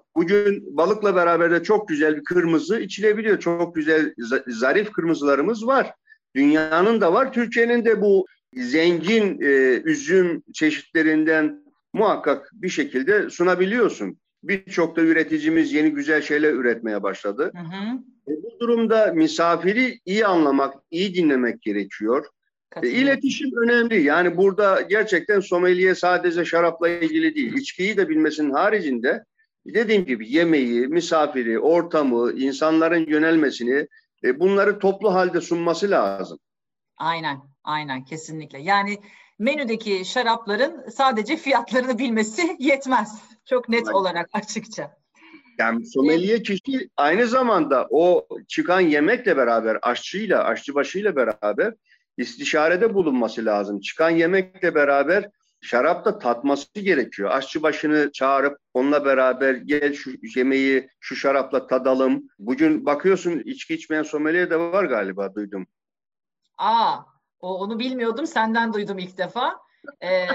Bugün balıkla beraber de çok güzel bir kırmızı içilebiliyor. Çok güzel zarif kırmızılarımız var. Dünyanın da var. Türkiye'nin de bu zengin e, üzüm çeşitlerinden muhakkak bir şekilde sunabiliyorsun. Birçok da üreticimiz yeni güzel şeyler üretmeye başladı. Hı hı. E, bu durumda misafiri iyi anlamak, iyi dinlemek gerekiyor. E, iletişim önemli. Yani burada gerçekten sommelier sadece şarapla ilgili değil. İçkiyi de bilmesinin haricinde dediğim gibi yemeği, misafiri, ortamı, insanların yönelmesini e, bunları toplu halde sunması lazım. Aynen, aynen kesinlikle. Yani menüdeki şarapların sadece fiyatlarını bilmesi yetmez. Çok net aynen. Olarak açıkça. Yani sommelier kişi aynı zamanda o çıkan yemekle beraber, aşçıyla, aşçıbaşıyla beraber istişarede bulunması lazım. Çıkan yemekle beraber şarap da tatması gerekiyor. Aşçıbaşını çağırıp onunla beraber gel şu yemeği şu şarapla tadalım. Bugün bakıyorsun içki içmeyen sommelier de var galiba, duydum. Aa, o, onu bilmiyordum. Senden duydum ilk defa. Ee...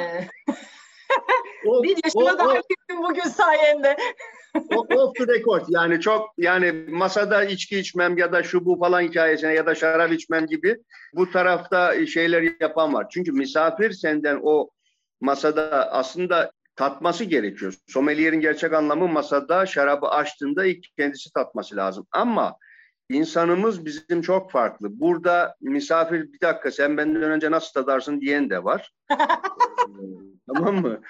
o, bir yaşına daha gittim bugün sayende. Off the record, yani çok yani masada içki içmem ya da şu bu falan hikayesine ya da şarap içmem gibi bu tarafta şeyler yapan var. Çünkü misafir senden o masada aslında tatması gerekiyor. Sommelier'in gerçek anlamı masada şarabı açtığında ilk kendisi tatması lazım. Ama insanımız bizim çok farklı. Burada misafir bir dakika sen benden önce nasıl tadarsın diyen de var. Tamam mı?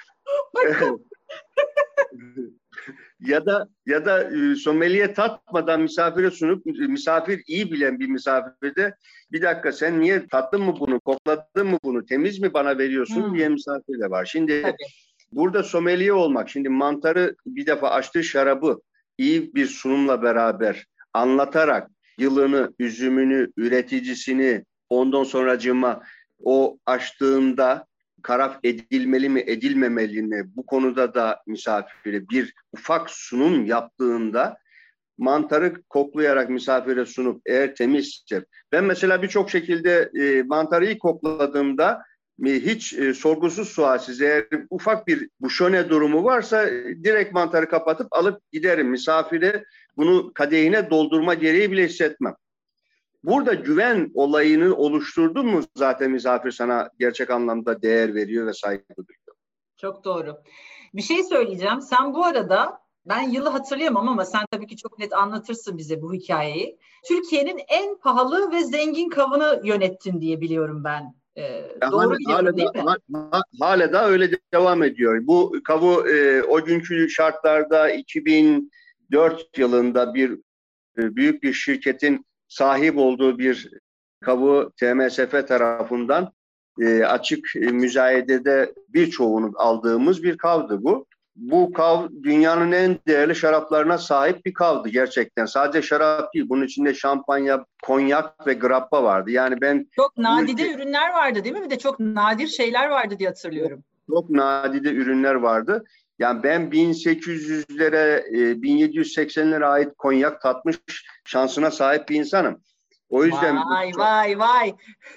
ya da ya da e, sommelier tatmadan misafire sunup misafir iyi bilen bir misafirde bir dakika sen niye tattın mı bunu, kokladın mı bunu, temiz mi bana veriyorsun hmm. diye misafir de var. Şimdi tabii. Burada sommelier olmak, şimdi mantarı bir defa açtığı şarabı iyi bir sunumla beraber anlatarak yılını, üzümünü, üreticisini ondan sonracığıma o açtığında karaf edilmeli mi, edilmemeli mi? Bu konuda da misafire bir ufak sunum yaptığında mantarı koklayarak misafire sunup eğer temizse. Ben mesela birçok şekilde e, mantarı ilk kokladığımda e, hiç e, sorgusuz sualsiz eğer ufak bir buşone durumu varsa e, direkt mantarı kapatıp alıp giderim. Misafire bunu kadehine doldurma gereği bile hissetmem. Burada güven olayını oluşturdun mu zaten misafir sana gerçek anlamda değer veriyor ve saygı duyuyor. Çok doğru. Bir şey söyleyeceğim. Sen bu arada, ben yılı hatırlayamam ama sen tabii ki çok net anlatırsın bize bu hikayeyi. Türkiye'nin en pahalı ve zengin kavını yönettin diye biliyorum ben. E, Ya doğru hala, biliyorum hala değil da, mi? ha- hala da öyle devam ediyor. Bu kavu e, o günkü şartlarda iki bin dört yılında bir e, büyük bir şirketin sahip olduğu bir kavu T M S F tarafından e, açık e, müzayedede birçoğunu aldığımız bir kavdı bu. Bu kav dünyanın en değerli şaraplarına sahip bir kavdı gerçekten. Sadece şarap değil, bunun içinde şampanya, konyak ve grappa vardı. Yani ben Çok bu nadide ülke ürünler vardı değil mi? Bir de çok nadir şeyler vardı diye çok, hatırlıyorum. çok nadide ürünler vardı. Yani ben bin sekiz yüzlere, e, bin yedi yüz seksenlere ait konyak tatmış şansına sahip bir insanım. O yüzden Vay çok vay vay.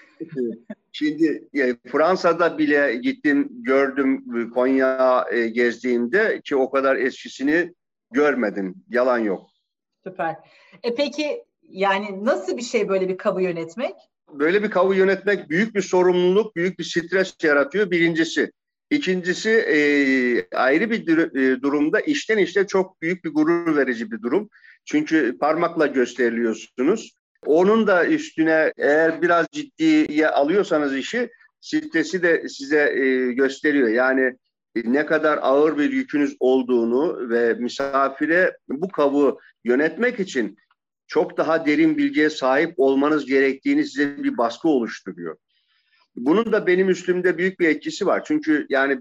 şimdi e, Fransa'da bile gittim, gördüm Konya e, gezdiğimde ki o kadar eskisini görmedim. Yalan yok. Süper. E peki yani nasıl bir şey böyle bir kavu yönetmek? Böyle bir kavu yönetmek büyük bir sorumluluk, büyük bir stres yaratıyor birincisi. İkincisi e, ayrı bir dur- e, durumda içten içe çok büyük bir gurur verici bir durum. Çünkü parmakla gösteriliyorsunuz. Onun da üstüne eğer biraz ciddiye alıyorsanız işi stresi de size e, gösteriyor. Yani e, ne kadar ağır bir yükünüz olduğunu ve misafire bu kavu yönetmek için çok daha derin bilgiye sahip olmanız gerektiğini size bir baskı oluşturuyor. Bunun da benim üstümde büyük bir etkisi var. Çünkü yani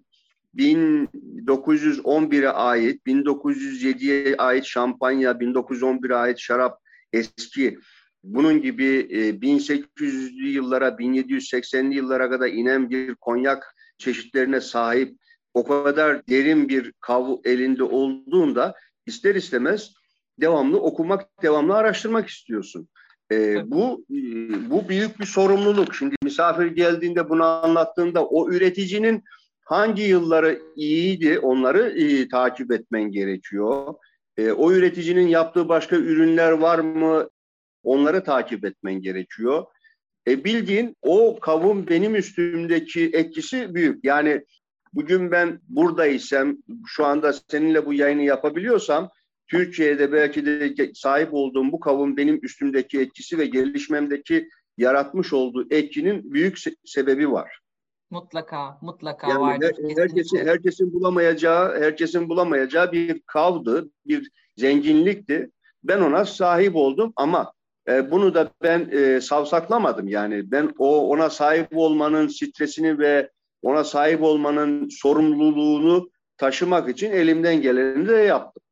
bin dokuz yüz on bire ait, bin dokuz yüz yediye ait şampanya, bin dokuz yüz on bire ait şarap eski. Bunun gibi e, bin sekiz yüzlü yıllara, bin yedi yüz seksenli yıllara kadar inen bir konyak çeşitlerine sahip o kadar derin bir kav elinde olduğunda ister istemez devamlı okumak, devamlı araştırmak istiyorsun. E, bu e, bu büyük bir sorumluluk. Şimdi misafir geldiğinde bunu anlattığında o üreticinin hangi yılları iyiydi onları e, takip etmen gerekiyor. E, o üreticinin yaptığı başka ürünler var mı? Onları takip etmen gerekiyor. E, bildiğin o kavun benim üstümdeki etkisi büyük. Yani bugün ben buradaysam, şu anda seninle bu yayını yapabiliyorsam, Türkiye'de belki de sahip olduğum bu kavun benim üstümdeki etkisi ve gelişmemdeki yaratmış olduğu etkinin büyük se- sebebi var. Mutlaka, mutlaka Yani her, vardır herkesin kesinlikle. herkesin bulamayacağı, herkesin bulamayacağı bir kavdı, bir zenginlikti. Ben ona sahip oldum ama e, bunu da ben e, savsaklamadım. Yani ben o ona sahip olmanın stresini ve ona sahip olmanın sorumluluğunu taşımak için elimden geleni de yaptım.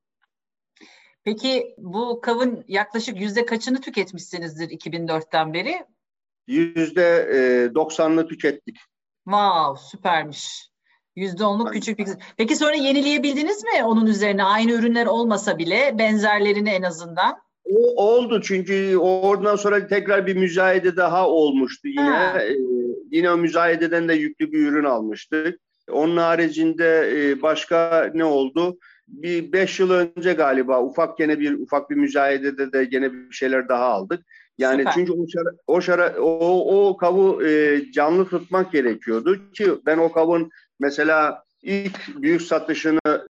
Peki bu kavun yaklaşık yüzde kaçını tüketmişsinizdir iki bin dörtten beri? Yüzde e, doksanını tükettik. Wow, süpermiş. Yüzde onluk küçük bir... Peki sonra yenileyebildiniz mi onun üzerine? Aynı ürünler olmasa bile benzerlerini en azından. O oldu çünkü oradan sonra tekrar bir müzayede daha olmuştu yine. Ha. Ee, yine o müzayededen de yüklü bir ürün almıştık. Onun haricinde e, başka ne oldu? Bir beş yıl önce galiba ufak gene bir ufak bir müzayedede de gene bir şeyler daha aldık. Yani Süper. çünkü o şara, o, şara, o, o kavu e, canlı tutmak gerekiyordu ki ben o kavun mesela ilk büyük satışını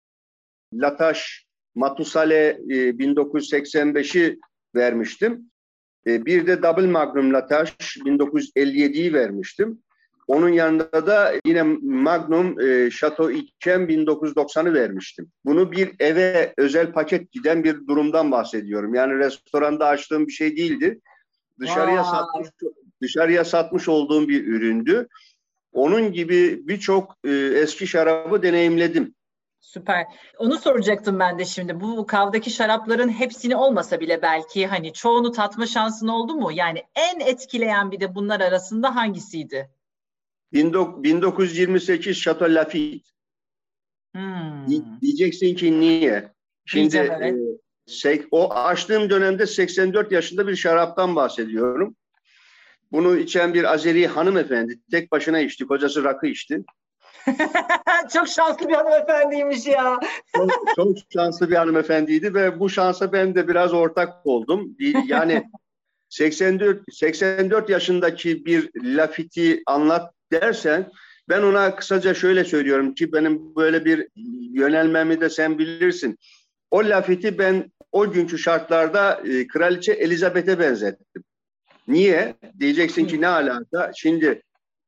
Lataş Matusale e, bin dokuz yüz seksen beşi vermiştim. E, bir de Double Magnum Lataş bin dokuz yüz elli yediyi vermiştim. Onun yanında da yine Magnum e, Chateau Yquem bin dokuz yüz doksanı vermiştim. Bunu bir eve özel paket giden bir durumdan bahsediyorum. Yani restoranda açtığım bir şey değildi. Dışarıya Vay. satmış, dışarıya satmış olduğum bir üründü. Onun gibi birçok e, eski şarabı deneyimledim. Süper. Onu soracaktım ben de şimdi. Bu kavdaki şarapların hepsini olmasa bile belki hani çoğunu tatma şansın oldu mu? Yani en etkileyen bir de bunlar arasında hangisiydi? bin dokuz yüz yirmi sekiz Chateau Lafite. Hmm. Diyeceksin ki niye? Şimdi Diyeceğim, evet. e, o açtığım dönemde seksen dört yaşında bir şaraptan bahsediyorum. Bunu içen bir Azeri hanımefendi tek başına içti. Kocası rakı içti. Çok şanslı bir hanımefendiymiş ya. Çok, çok şanslı bir hanımefendiydi ve bu şansa ben de biraz ortak oldum. Yani seksen dört seksen dört yaşındaki bir Lafite'i anlat dersen ben ona kısaca şöyle söylüyorum ki benim böyle bir yönelmemi de sen bilirsin. O Lafite'i ben o günkü şartlarda e, Kraliçe Elizabeth'e benzettim. Niye? Diyeceksin ki ne alaka? Şimdi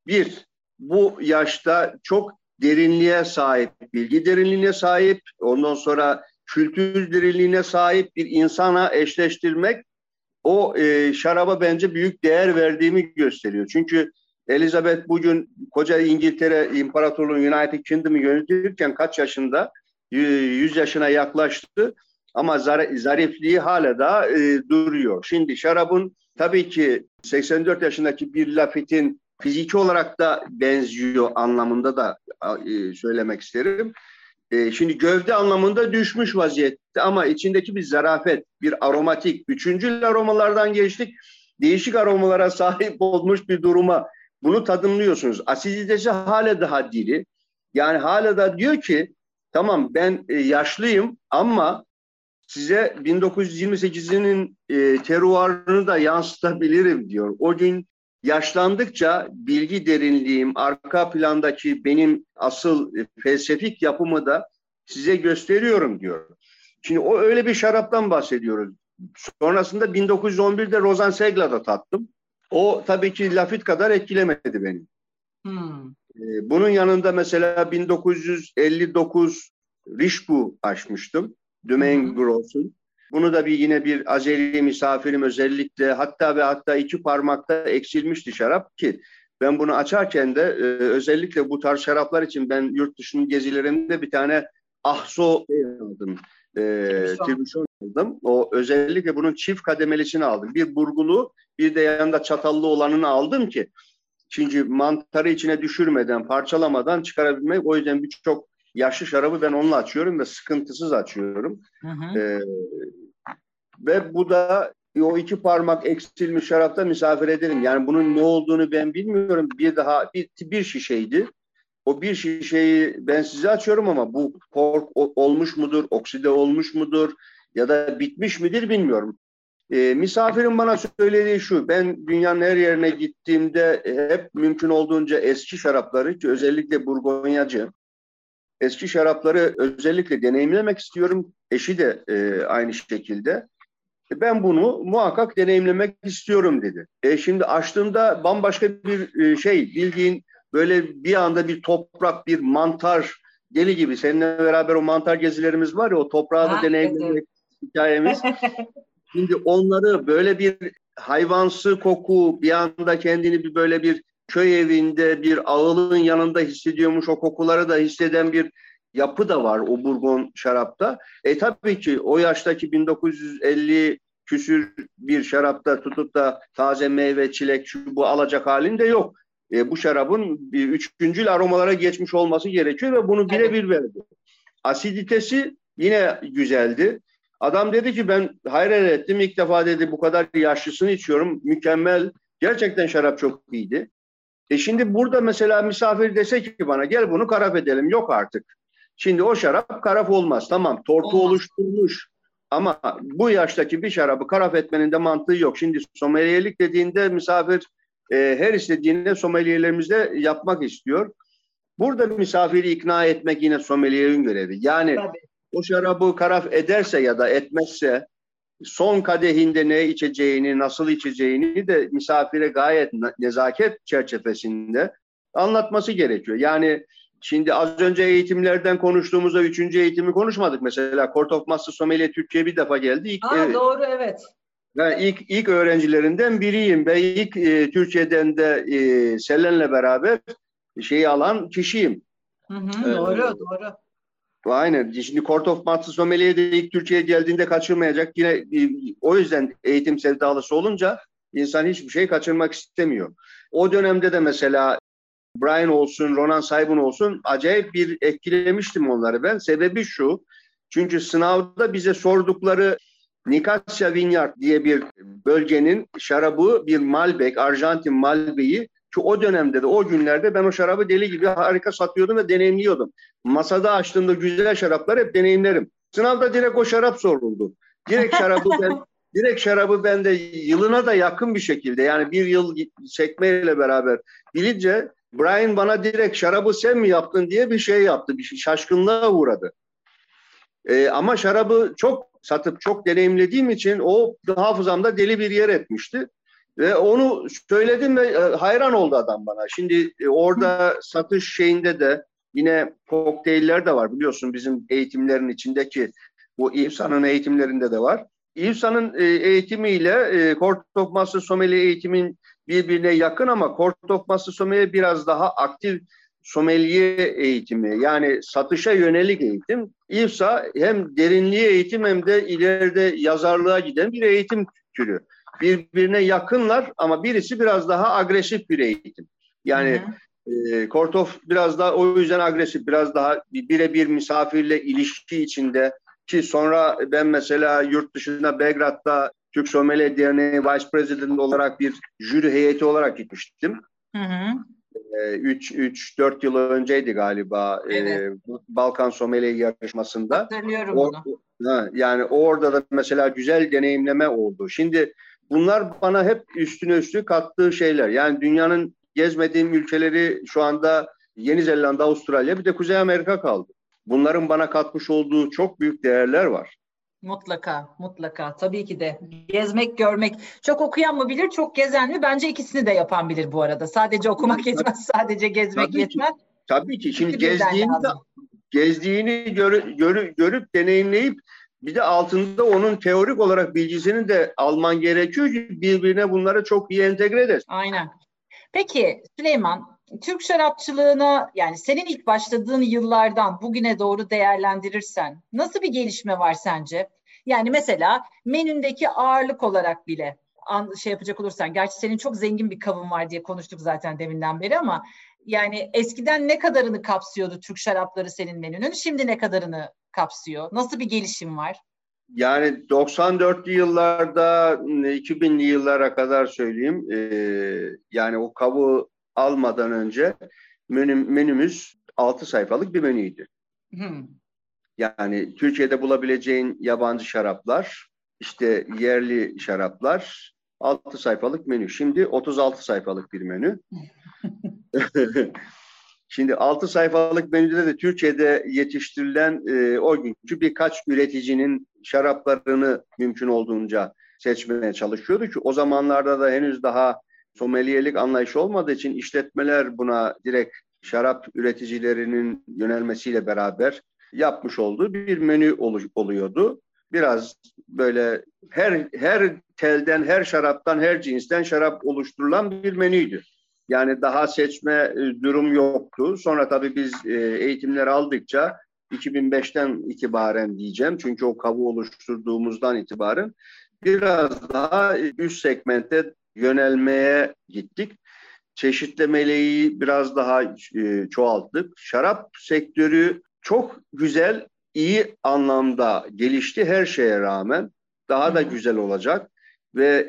Bir, bu yaşta çok derinliğe sahip, bilgi derinliğine sahip, ondan sonra kültür derinliğine sahip bir insana eşleştirmek o e, şaraba bence büyük değer verdiğimi gösteriyor. Çünkü Elizabeth bugün koca İngiltere İmparatorluğu United Kingdom'u yönetirken kaç yaşında? yüz yaşına yaklaştı ama zarifliği hala da e, duruyor. Şimdi şarabın tabii ki seksen dört yaşındaki bir Lafitte'in fiziki olarak da benziyor anlamında da e, söylemek isterim. E, şimdi gövde anlamında düşmüş vaziyette ama içindeki bir zarafet, bir aromatik, üçüncül aromalardan geçtik. Değişik aromalara sahip olmuş bir duruma bunu tadımlıyorsunuz. Asiditesi hala daha diri. Yani hala da diyor ki tamam ben e, yaşlıyım ama size bin dokuz yüz yirmi sekizinin e, teruarını da yansıtabilirim diyor. O gün yaşlandıkça bilgi derinliğim, arka plandaki benim asıl e, felsefik yapımı da size gösteriyorum diyor. Şimdi o öyle bir şaraptan bahsediyoruz. Sonrasında bin dokuz yüz on birde Rozensegla'da tattım. O tabii ki Lafite kadar etkilemedi beni. Hmm. E, bunun yanında mesela bin dokuz yüz elli dokuz Richelieu açmıştım. Domaine Gross'un. Bunu da bir yine bir Azeri misafirim özellikle hatta ve hatta iki parmakta eksilmişti şarap ki ben bunu açarken de e, özellikle bu tarz şaraplar için ben yurt dışının gezilerimde bir tane Ahso aldım. E, Tribüşon aldım. O özellikle bunun çift kademelisini aldım. Bir burgulu bir de yanında çatallı olanını aldım ki çünkü mantarı içine düşürmeden, parçalamadan çıkarabilmek. O yüzden birçok yaşlı şarabı ben onunla açıyorum ve sıkıntısız açıyorum. Hı hı. Ee, ve bu da o iki parmak eksilmiş şarapta misafir ederim. Yani bunun ne olduğunu ben bilmiyorum. Bir daha bir, bir şişeydi. O bir şişeyi ben size açıyorum ama bu kork olmuş mudur, okside olmuş mudur ya da bitmiş midir bilmiyorum. Ee, misafirin bana söylediği şu, ben dünyanın her yerine gittiğimde hep mümkün olduğunca eski şarapları ki özellikle Burgonyacı, eski şarapları özellikle deneyimlemek istiyorum. Eşi de e, aynı şekilde. Ben bunu muhakkak deneyimlemek istiyorum dedi. E şimdi açtığımda bambaşka bir e, şey, bildiğin böyle bir anda bir toprak, bir mantar deli gibi. Seninle beraber o mantar gezilerimiz var ya, o toprağı da deneyimlemek evet. hikayemiz. Şimdi onları böyle bir hayvansı koku, bir anda kendini bir böyle bir köy evinde bir ağılın yanında hissediyormuş, o kokuları da hisseden bir yapı da var o Burgon şarapta. E tabii ki o yaştaki bin dokuz yüz elli küsür bir şarapta tutup da taze meyve, çilek, şu bu alacak halinde yok. E, bu şarabın bir üçüncül aromalara geçmiş olması gerekiyor ve bunu birebir verdi. Asiditesi yine güzeldi. Adam dedi ki ben hayret ettim, ilk defa dedi bu kadar yaşlısını içiyorum, mükemmel, gerçekten şarap çok iyiydi. E şimdi burada mesela misafir dese ki bana gel bunu karaf edelim, yok artık. Şimdi o şarap karaf olmaz, tamam tortu olmaz. Oluşturmuş ama bu yaştaki bir şarabı karaf etmenin de mantığı yok. Şimdi sommelierlik dediğinde misafir e, her istediğini sommelierlerimizde yapmak istiyor. Burada misafiri ikna etmek yine sommelierin görevi. Yani tabii. O şarabı karaf ederse ya da etmezse son kadehinde ne içeceğini, nasıl içeceğini de misafire gayet nezaket çerçevesinde anlatması gerekiyor. Yani şimdi az önce eğitimlerden konuştuğumuzda üçüncü eğitimi konuşmadık. Mesela Court of Master Sommelier Türkiye'ye bir defa geldi. İlk, Aa, evet. Doğru, evet. Ben ilk, ilk öğrencilerinden biriyim ve ilk e, Türkiye'den de e, Selen'le beraber şeyi alan kişiyim. Hı hı, ee, doğru, doğru. Aynen. Şimdi Court of Master Sommelier de ilk Türkiye'ye geldiğinde kaçırmayacak. Yine e, o yüzden eğitim sevdalısı olunca insan hiçbir şey kaçırmak istemiyor. O dönemde de mesela Brian olsun, Ronan Saybun olsun acayip bir etkilemiştim onları ben. Sebebi şu, çünkü sınavda bize sordukları Nicasia Vineyard diye bir bölgenin şarabı, bir Malbec, Arjantin Malbec'i ki o dönemde de o günlerde ben o şarabı deli gibi harika satıyordum ve deneyimliyordum. Masada açtığımda güzel şaraplar hep deneyimlerim. Sınavda direkt o şarap soruldu. Direkt şarabı ben direkt şarabı ben de yılına da yakın bir şekilde, yani bir yıl çekmeyle beraber bilince Brian bana direkt şarabı sen mi yaptın diye bir şey yaptı. Bir şaşkınlığa uğradı. Ee, ama şarabı çok satıp çok deneyimlediğim için o hafızamda deli bir yer etmişti. Ve onu söyledim ve hayran oldu adam bana. Şimdi orada satış şeyinde de yine kokteyller de var. Biliyorsun bizim eğitimlerin içindeki bu İVSA'nın eğitimlerinde de var. İVSA'nın eğitimiyle Kortop Master Sommelier eğitimin birbirine yakın ama Kortop Master Sommelier biraz daha aktif sommelier eğitimi, yani satışa yönelik eğitim. İVSA hem derinliğe eğitim hem de ileride yazarlığa giden bir eğitim türü. Birbirine yakınlar ama birisi biraz daha agresif bir eğitim. Yani e, Kortop biraz daha o yüzden agresif, biraz daha birebir misafirle ilişki içinde, ki sonra ben mesela yurt dışında Belgrad'da Türk Sommelier Derneği Vice President olarak bir jüri heyeti olarak gitmiştim. Hı hı. üç dört yıl önceydi galiba, evet. e, Balkan Sommelier yarışmasında. Hatırlıyorum o, onu. Ha, yani orada da mesela güzel deneyimleme oldu. Şimdi bunlar bana hep üstüne üstü kattığı şeyler. Yani dünyanın gezmediğim ülkeleri şu anda Yeni Zelanda, Avustralya, bir de Kuzey Amerika kaldı. Bunların bana katmış olduğu çok büyük değerler var. Mutlaka, mutlaka. Tabii ki de. Gezmek, görmek. Çok okuyan mı bilir, çok gezen mi? Bence ikisini de yapan bilir bu arada. Sadece okumak yetmez, sadece gezmek tabii yetmez. Ki, tabii ki. Şimdi gezdiğini, gezdiğini görü, görü, görüp deneyimleyip bir de altında onun teorik olarak bilgisini de alman gerekiyor ki birbirine bunları çok iyi entegre eder. Aynen. Peki Süleyman, Türk şarapçılığına, yani senin ilk başladığın yıllardan bugüne doğru değerlendirirsen nasıl bir gelişme var sence? Yani mesela menündeki ağırlık olarak bile şey yapacak olursan, gerçi senin çok zengin bir kabın var diye konuştuk zaten deminden beri, ama yani eskiden ne kadarını kapsıyordu Türk şarapları senin menünün, şimdi ne kadarını kapsıyor? Nasıl bir gelişim var? Yani doksan dörtlü yıllarda iki binli yıllara kadar söyleyeyim, e, yani o kabı almadan önce menü, menümüz altı sayfalık bir menüydü. Hmm. Yani Türkiye'de bulabileceğin yabancı şaraplar, işte yerli şaraplar, altı sayfalık menü. Şimdi otuz altı sayfalık bir menü. Şimdi altı sayfalık menüde de Türkiye'de yetiştirilen e, o günkü birkaç üreticinin şaraplarını mümkün olduğunca seçmeye çalışıyordu ki o zamanlarda da henüz daha sommelierlik anlayışı olmadığı için işletmeler buna direkt şarap üreticilerinin yönelmesiyle beraber yapmış olduğu bir menü oluyordu. Biraz böyle her her telden, her şaraptan, her cinsten şarap oluşturulan bir menüydü. Yani daha seçme durum yoktu. Sonra tabii biz eğitimleri aldıkça iki bin beşten itibaren diyeceğim. Çünkü o kabı oluşturduğumuzdan itibaren biraz daha üst segmente yönelmeye gittik. Çeşitlemeliği biraz daha çoğalttık. Şarap sektörü çok güzel, iyi anlamda gelişti her şeye rağmen. Daha da güzel olacak. Ve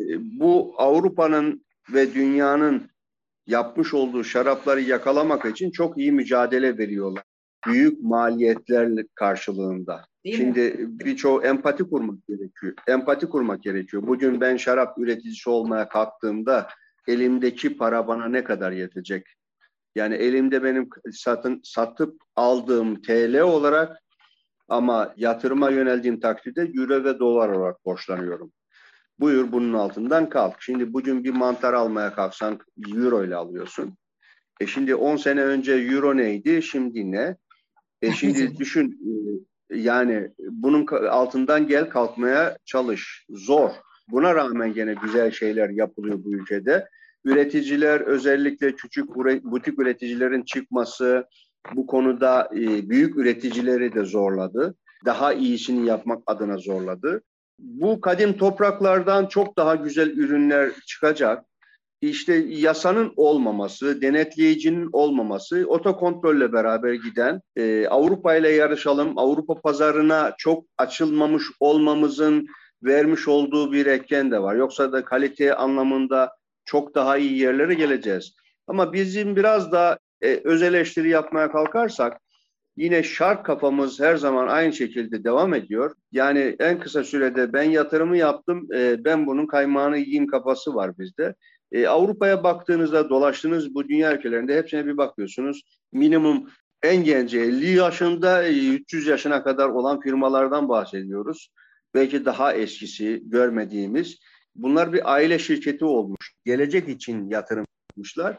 bu Avrupa'nın ve dünyanın yapmış olduğu şarapları yakalamak için çok iyi mücadele veriyorlar. Büyük maliyetler karşılığında. Değil Şimdi birçok empati kurmak gerekiyor. Empati kurmak gerekiyor. Bugün ben şarap üreticisi olmaya kalktığımda elimdeki para bana ne kadar yetecek? Yani elimde benim satın satıp aldığım T L olarak, ama yatırıma yöneldiğim takdirde euro ve dolar olarak borçlanıyorum. Buyur bunun altından kalk. Şimdi bugün bir mantar almaya kalksan euro ile alıyorsun. E şimdi on sene önce euro neydi? Şimdi ne? E şimdi düşün, yani bunun altından gel kalkmaya çalış. Zor. Buna rağmen gene güzel şeyler yapılıyor bu ülkede. Üreticiler, özellikle küçük butik üreticilerin çıkması bu konuda büyük üreticileri de zorladı. Daha iyisini yapmak adına zorladı. Bu kadim topraklardan çok daha güzel ürünler çıkacak. İşte yasanın olmaması, denetleyicinin olmaması, otokontrolle beraber giden, e, Avrupa ile yarışalım, Avrupa pazarına çok açılmamış olmamızın vermiş olduğu bir etken de var. Yoksa da kalite anlamında çok daha iyi yerlere geleceğiz. Ama bizim biraz da e, öz eleştiri yapmaya kalkarsak, yine şark kafamız her zaman aynı şekilde devam ediyor. Yani en kısa sürede ben yatırımı yaptım, e, ben bunun kaymağını yiyeyim kafası var bizde. E, Avrupa'ya baktığınızda, dolaştığınız bu dünya ülkelerinde hepsine bir bakıyorsunuz. Minimum en genci elli yaşında, üç yüz yaşına kadar olan firmalardan bahsediyoruz. Belki daha eskisi görmediğimiz. Bunlar bir aile şirketi olmuş. Gelecek için yatırım yapmışlar.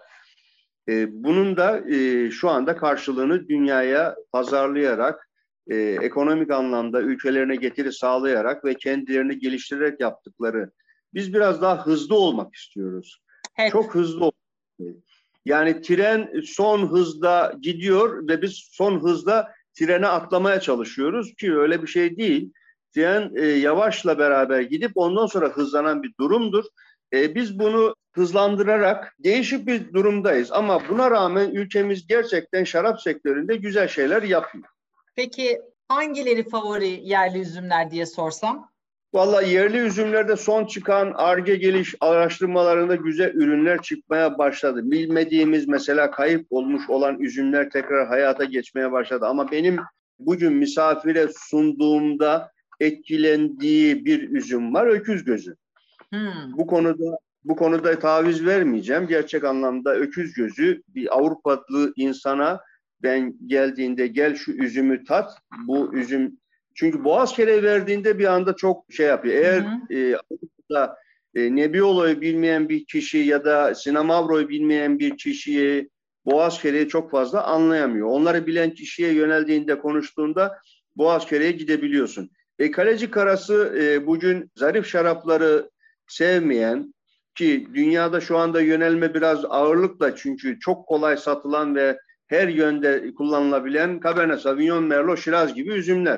E, bunun da e, şu anda karşılığını dünyaya pazarlayarak, e, ekonomik anlamda ülkelerine getiri sağlayarak ve kendilerini geliştirerek yaptıkları. Biz biraz daha hızlı olmak istiyoruz. Evet. Çok hızlı olmak. Yani tren son hızda gidiyor ve biz son hızda trene atlamaya çalışıyoruz ki öyle bir şey değil. Tren e, yavaşla beraber gidip ondan sonra hızlanan bir durumdur. E, biz bunu hızlandırarak değişik bir durumdayız. Ama buna rağmen ülkemiz gerçekten şarap sektöründe güzel şeyler yapıyor. Peki hangileri favori yerli üzümler diye sorsam? Vallahi yerli üzümlerde son çıkan Ar-Ge geliş araştırmalarında güzel ürünler çıkmaya başladı. Bilmediğimiz mesela kayıp olmuş olan üzümler tekrar hayata geçmeye başladı. Ama benim bugün misafire sunduğumda etkilendiği bir üzüm var, öküz gözü. Hmm. Bu konuda bu konuda taviz vermeyeceğim. Gerçek anlamda öküz gözü bir Avrupalı insana ben geldiğinde gel şu üzümü tat. Bu üzüm çünkü boğaz kereği verdiğinde bir anda çok şey yapıyor. Eğer e, Avrupa'da e, Nebbiolo'yu bilmeyen bir kişi ya da Sinemavro'yu bilmeyen bir kişiyi boğaz kereği çok fazla anlayamıyor. Onları bilen kişiye yöneldiğinde konuştuğunda boğaz kereğe gidebiliyorsun. E, Kaleci Karası e, bugün zarif şarapları sevmeyen ki dünyada şu anda yönelme biraz ağırlıkla çünkü çok kolay satılan ve her yönde kullanılabilen Cabernet Sauvignon, Merlot, Shiraz gibi üzümler.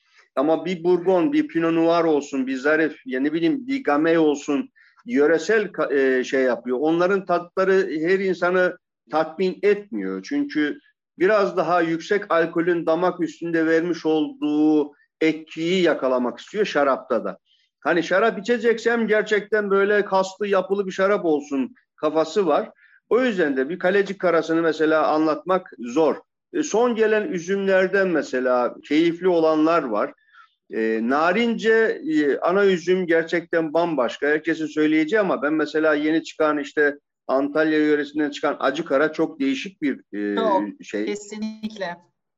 Ama bir Burgon, bir Pinot Noir olsun, bir zarif, ya ne bileyim bir Gamay olsun, yöresel e, şey yapıyor. Onların tatları her insanı tatmin etmiyor. Çünkü biraz daha yüksek alkolün damak üstünde vermiş olduğu etkiyi yakalamak istiyor şarapta da. Hani şarap içeceksem gerçekten böyle kaslı yapılı bir şarap olsun kafası var. O yüzden de bir Kaleci Karası'nı mesela anlatmak zor. E, son gelen üzümlerden mesela keyifli olanlar var. E, narince e, ana üzüm gerçekten bambaşka. Herkesin söyleyeceği ama ben mesela yeni çıkan işte Antalya yöresinden çıkan Acı Kara çok değişik bir e, çok, şey. Kesinlikle.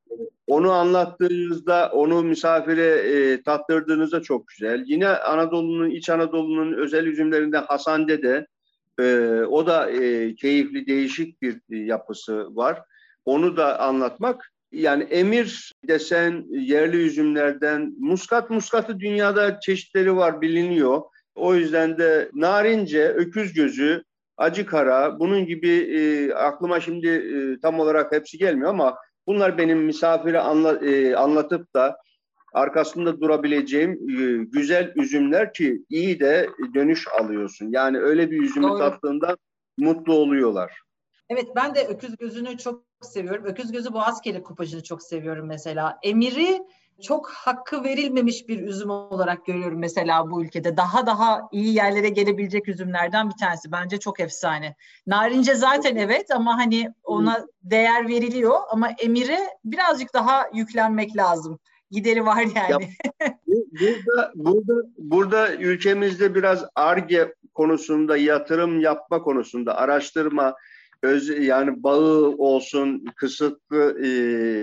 Onu anlattığınızda, onu misafire e, tattırdığınızda çok güzel. Yine Anadolu'nun, İç Anadolu'nun özel üzümlerinden Hasande de e, o da e, keyifli, değişik bir e, yapısı var. Onu da anlatmak. Yani Emir desen yerli üzümlerden, muskat muskatı dünyada çeşitleri var biliniyor. O yüzden de narince, öküz gözü, Acı Kara bunun gibi e, aklıma şimdi e, tam olarak hepsi gelmiyor ama bunlar benim misafire anla, e, anlatıp da arkasında durabileceğim e, güzel üzümler ki iyi de dönüş alıyorsun. Yani öyle bir üzümü Doğru. tattığında mutlu oluyorlar. Evet, ben de öküz gözünü çok seviyorum. Öküz gözü Boğazkere kupajını çok seviyorum mesela. Emir'i çok hakkı verilmemiş bir üzüm olarak görüyorum mesela bu ülkede. Daha daha iyi yerlere gelebilecek üzümlerden bir tanesi. Bence çok efsane. Narince zaten evet ama hani ona değer veriliyor ama Emir'e birazcık daha yüklenmek lazım. Gideri var yani. Ya, burada, burada, burada ülkemizde biraz Ar-Ge konusunda, yatırım yapma konusunda, araştırma, öz, yani bağı olsun, kısıtlı e,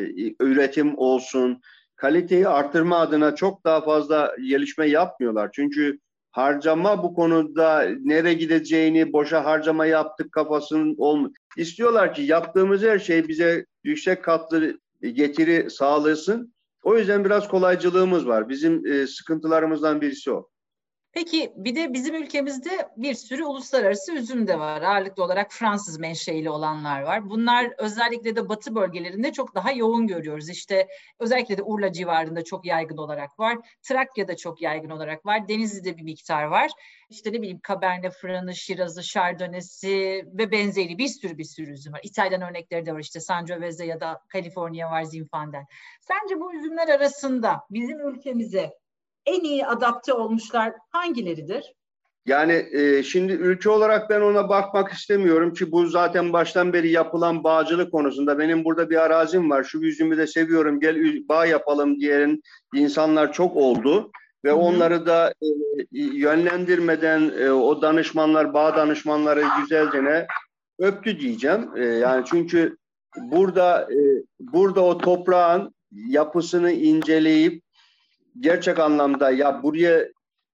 üretim olsun, kaliteyi artırma adına çok daha fazla gelişme yapmıyorlar. Çünkü harcama bu konuda nereye gideceğini, boşa harcama yaptık kafasının olmuyor. İstiyorlar ki yaptığımız her şey bize yüksek katlı getiri sağlasın. O yüzden biraz kolaycılığımız var. Bizim e, sıkıntılarımızdan birisi o. Peki bir de bizim ülkemizde bir sürü uluslararası üzüm de var. Ağırlıklı olarak Fransız menşeili olanlar var. Bunlar özellikle de batı bölgelerinde çok daha yoğun görüyoruz. İşte özellikle de Urla civarında çok yaygın olarak var. Trakya'da çok yaygın olarak var. Denizli'de bir miktar var. İşte ne bileyim Cabernet Franc'ı, Shiraz'ı, Chardonnay'si ve benzeri bir sürü bir sürü üzüm var. İtalyan örnekleri de var. İşte Sangiovese ya da California var, Zinfandel. Sence bu üzümler arasında bizim ülkemize en iyi adapte olmuşlar hangileridir? Yani e, şimdi ülke olarak ben ona bakmak istemiyorum ki bu zaten baştan beri yapılan bağcılık konusunda. Benim burada bir arazim var. Şu üzümü de seviyorum. Gel bağ yapalım diyen insanlar çok oldu. Ve Hı-hı. onları da e, yönlendirmeden e, o danışmanlar, bağ danışmanları güzelce ne öptü diyeceğim. E, yani çünkü burada e, burada o toprağın yapısını inceleyip gerçek anlamda ya buraya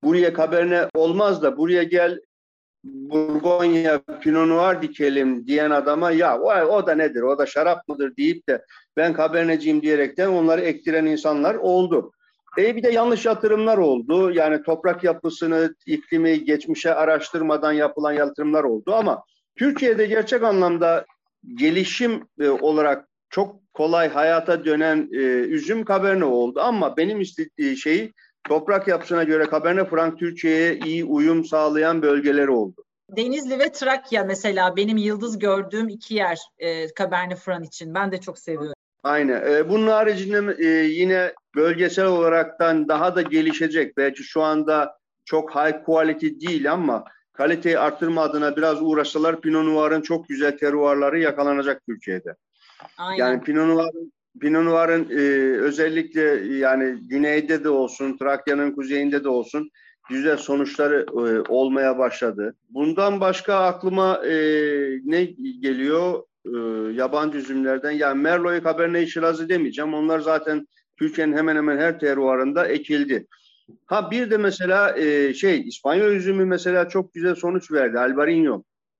buraya Cabernet olmaz da buraya gel Burgonya Pinot Noir dikelim diyen adama ya o, o da nedir, o da şarap mıdır deyip de ben Cabernet'ciyim diyerekten onları ektiren insanlar oldu. E bir de yanlış yatırımlar oldu. Yani toprak yapısını, iklimi, geçmişe araştırmadan yapılan yatırımlar oldu ama Türkiye'de gerçek anlamda gelişim e, olarak çok kolay hayata dönen e, üzüm Cabernet oldu ama benim istediğim şeyi toprak yapısına göre Cabernet Franc Türkiye'ye iyi uyum sağlayan bölgeleri oldu. Denizli ve Trakya mesela benim yıldız gördüğüm iki yer e, Cabernet Franc için. Ben de çok seviyorum. Aynen. E, bunun haricinde e, yine bölgesel olaraktan daha da gelişecek. Belki şu anda çok high quality değil ama kaliteyi arttırma adına biraz uğraşsalar Pinot Noir'ın çok güzel terroirları yakalanacak Türkiye'de. Aynen. Yani Pinot Noir'ın Pinot Noir'ın e, özellikle yani güneyde de olsun, Trakya'nın kuzeyinde de olsun güzel sonuçları e, olmaya başladı. Bundan başka aklıma e, ne geliyor e, yabancı üzümlerden? Yani Merlot'u, Cabernet Shiraz'ı demeyeceğim. Onlar zaten Türkiye'nin hemen hemen her terroirında ekildi. Ha bir de mesela e, şey İspanyol üzümü mesela çok güzel sonuç verdi. Albarino.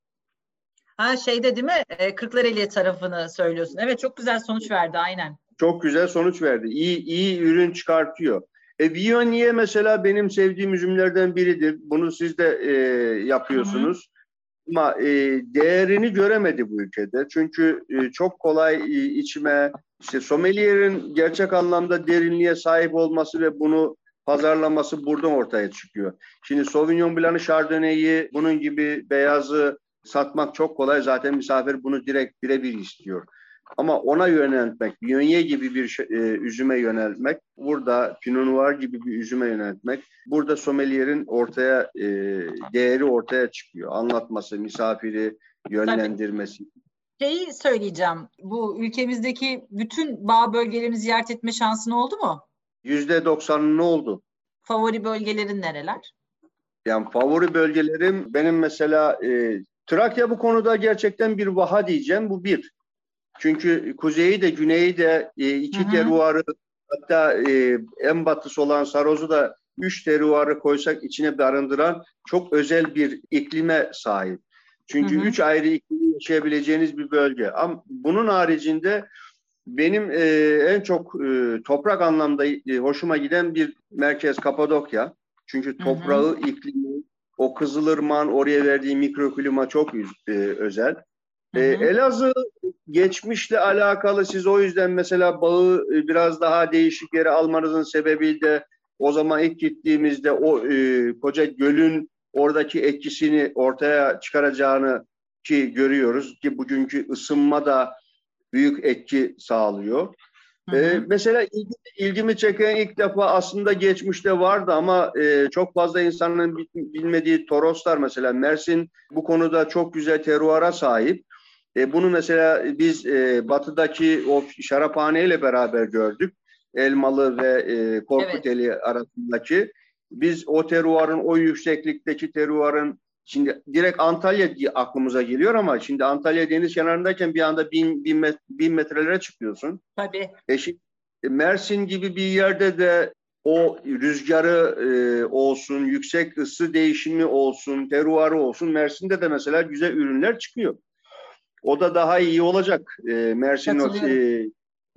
Ha şeyde değil mi? E, Kırklareli tarafını söylüyorsun. Evet çok güzel sonuç verdi aynen. Çok güzel sonuç verdi. İyi iyi ürün çıkartıyor. E, Viognier mesela benim sevdiğim üzümlerden biridir. Bunu siz de e, yapıyorsunuz. Hı hı. Ama e, değerini göremedi bu ülkede. Çünkü e, çok kolay e, içime, işte sommelier'in gerçek anlamda derinliğe sahip olması ve bunu pazarlaması buradan ortaya çıkıyor. Şimdi Sauvignon Blanc'ı, Chardonnay'i, bunun gibi beyazı satmak çok kolay. Zaten misafir bunu direkt birebir istiyor. Ama ona yöneltmek, Viognier gibi bir şey, e, üzüme yöneltmek, burada Pinot Noir gibi bir üzüme yöneltmek, burada sommelier'in ortaya e, değeri ortaya çıkıyor. Anlatması, misafiri yönlendirmesi. Tabii. Şeyi söyleyeceğim, bu ülkemizdeki bütün bağ bölgelerini ziyaret etme şansın oldu mu? yüzde doksanı ne oldu? Favori bölgelerin nereler? Yani favori bölgelerim benim mesela e, Trakya bu konuda gerçekten bir vaha diyeceğim. Bu bir. Çünkü kuzeyi de güneyi de e, iki terroirı, hatta e, en batısı olan Saroz'u da üç terroirı koysak içine barındıran çok özel bir iklime sahip. Çünkü hı hı. üç ayrı iklim yaşayabileceğiniz bir bölge. Ama bunun haricinde benim e, en çok e, toprak anlamda e, hoşuma giden bir merkez Kapadokya. Çünkü toprağı, hı hı. iklimi, o Kızılırmak'ın oraya verdiği mikroklima çok e, özel. Hı hı. E, Elazığ geçmişle alakalı, siz o yüzden mesela bağı biraz daha değişik yere almanızın sebebi de o zaman ilk gittiğimizde o e, koca gölün oradaki etkisini ortaya çıkaracağını ki görüyoruz ki bugünkü ısınma da büyük etki sağlıyor. Hı hı. E, mesela ilgi, ilgimi çeken ilk defa aslında geçmişte vardı ama e, çok fazla insanın bilmediği Toroslar mesela. Mersin bu konuda çok güzel terroira sahip. E, bunu mesela biz e, batıdaki o şaraphane ile beraber gördük. Elmalı ve e, Korkuteli evet. arasındaki. Biz o terroirın, o yükseklikteki terroirın, şimdi direkt Antalya diye aklımıza geliyor ama şimdi Antalya deniz kenarındayken bir anda bin, bin, met, bin metrelere çıkıyorsun. Tabii. E, şimdi, Mersin gibi bir yerde de o rüzgarı e, olsun, yüksek ısı değişimi olsun, terroirı olsun. Mersin'de de mesela güzel ürünler çıkıyor. O da daha iyi olacak. E, Mersin e,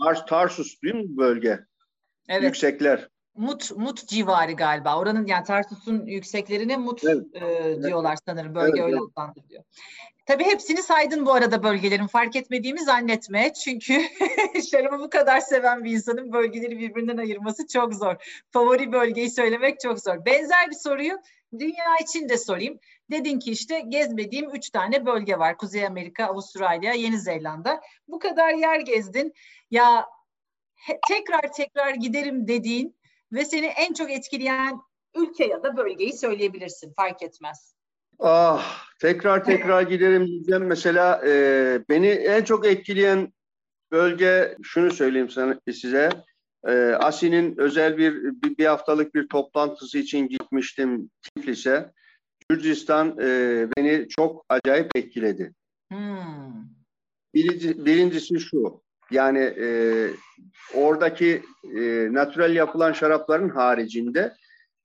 Tarsus değil mi bölge? Evet. Yüksekler. Mut Mut civarı galiba. Oranın yani Tarsus'un yükseklerine Mut evet. e, diyorlar evet. sanırım. Bölge evet, öyle evet. adlandırılıyor. Tabii hepsini saydın bu arada bölgelerin. Fark etmediğimi zannetme. Çünkü şarabı bu kadar seven bir insanın bölgeleri birbirinden ayırması çok zor. Favori bölgeyi söylemek çok zor. Benzer bir soruyu dünya için de sorayım. Dedin ki işte gezmediğim üç tane bölge var. Kuzey Amerika, Avustralya, Yeni Zelanda. Bu kadar yer gezdin. Ya he, tekrar tekrar giderim dediğin ve seni en çok etkileyen ülke ya da bölgeyi söyleyebilirsin. Fark etmez. Ah, tekrar tekrar giderim diyeceğim. Mesela e, beni en çok etkileyen bölge, şunu söyleyeyim sana, size. E, ASİ'nin özel bir, bir bir haftalık bir toplantısı için gitmiştim Tiflis'e. Gürcistan e, beni çok acayip etkiledi. Hmm. Birinci, birincisi şu, yani e, oradaki e, natürel yapılan şarapların haricinde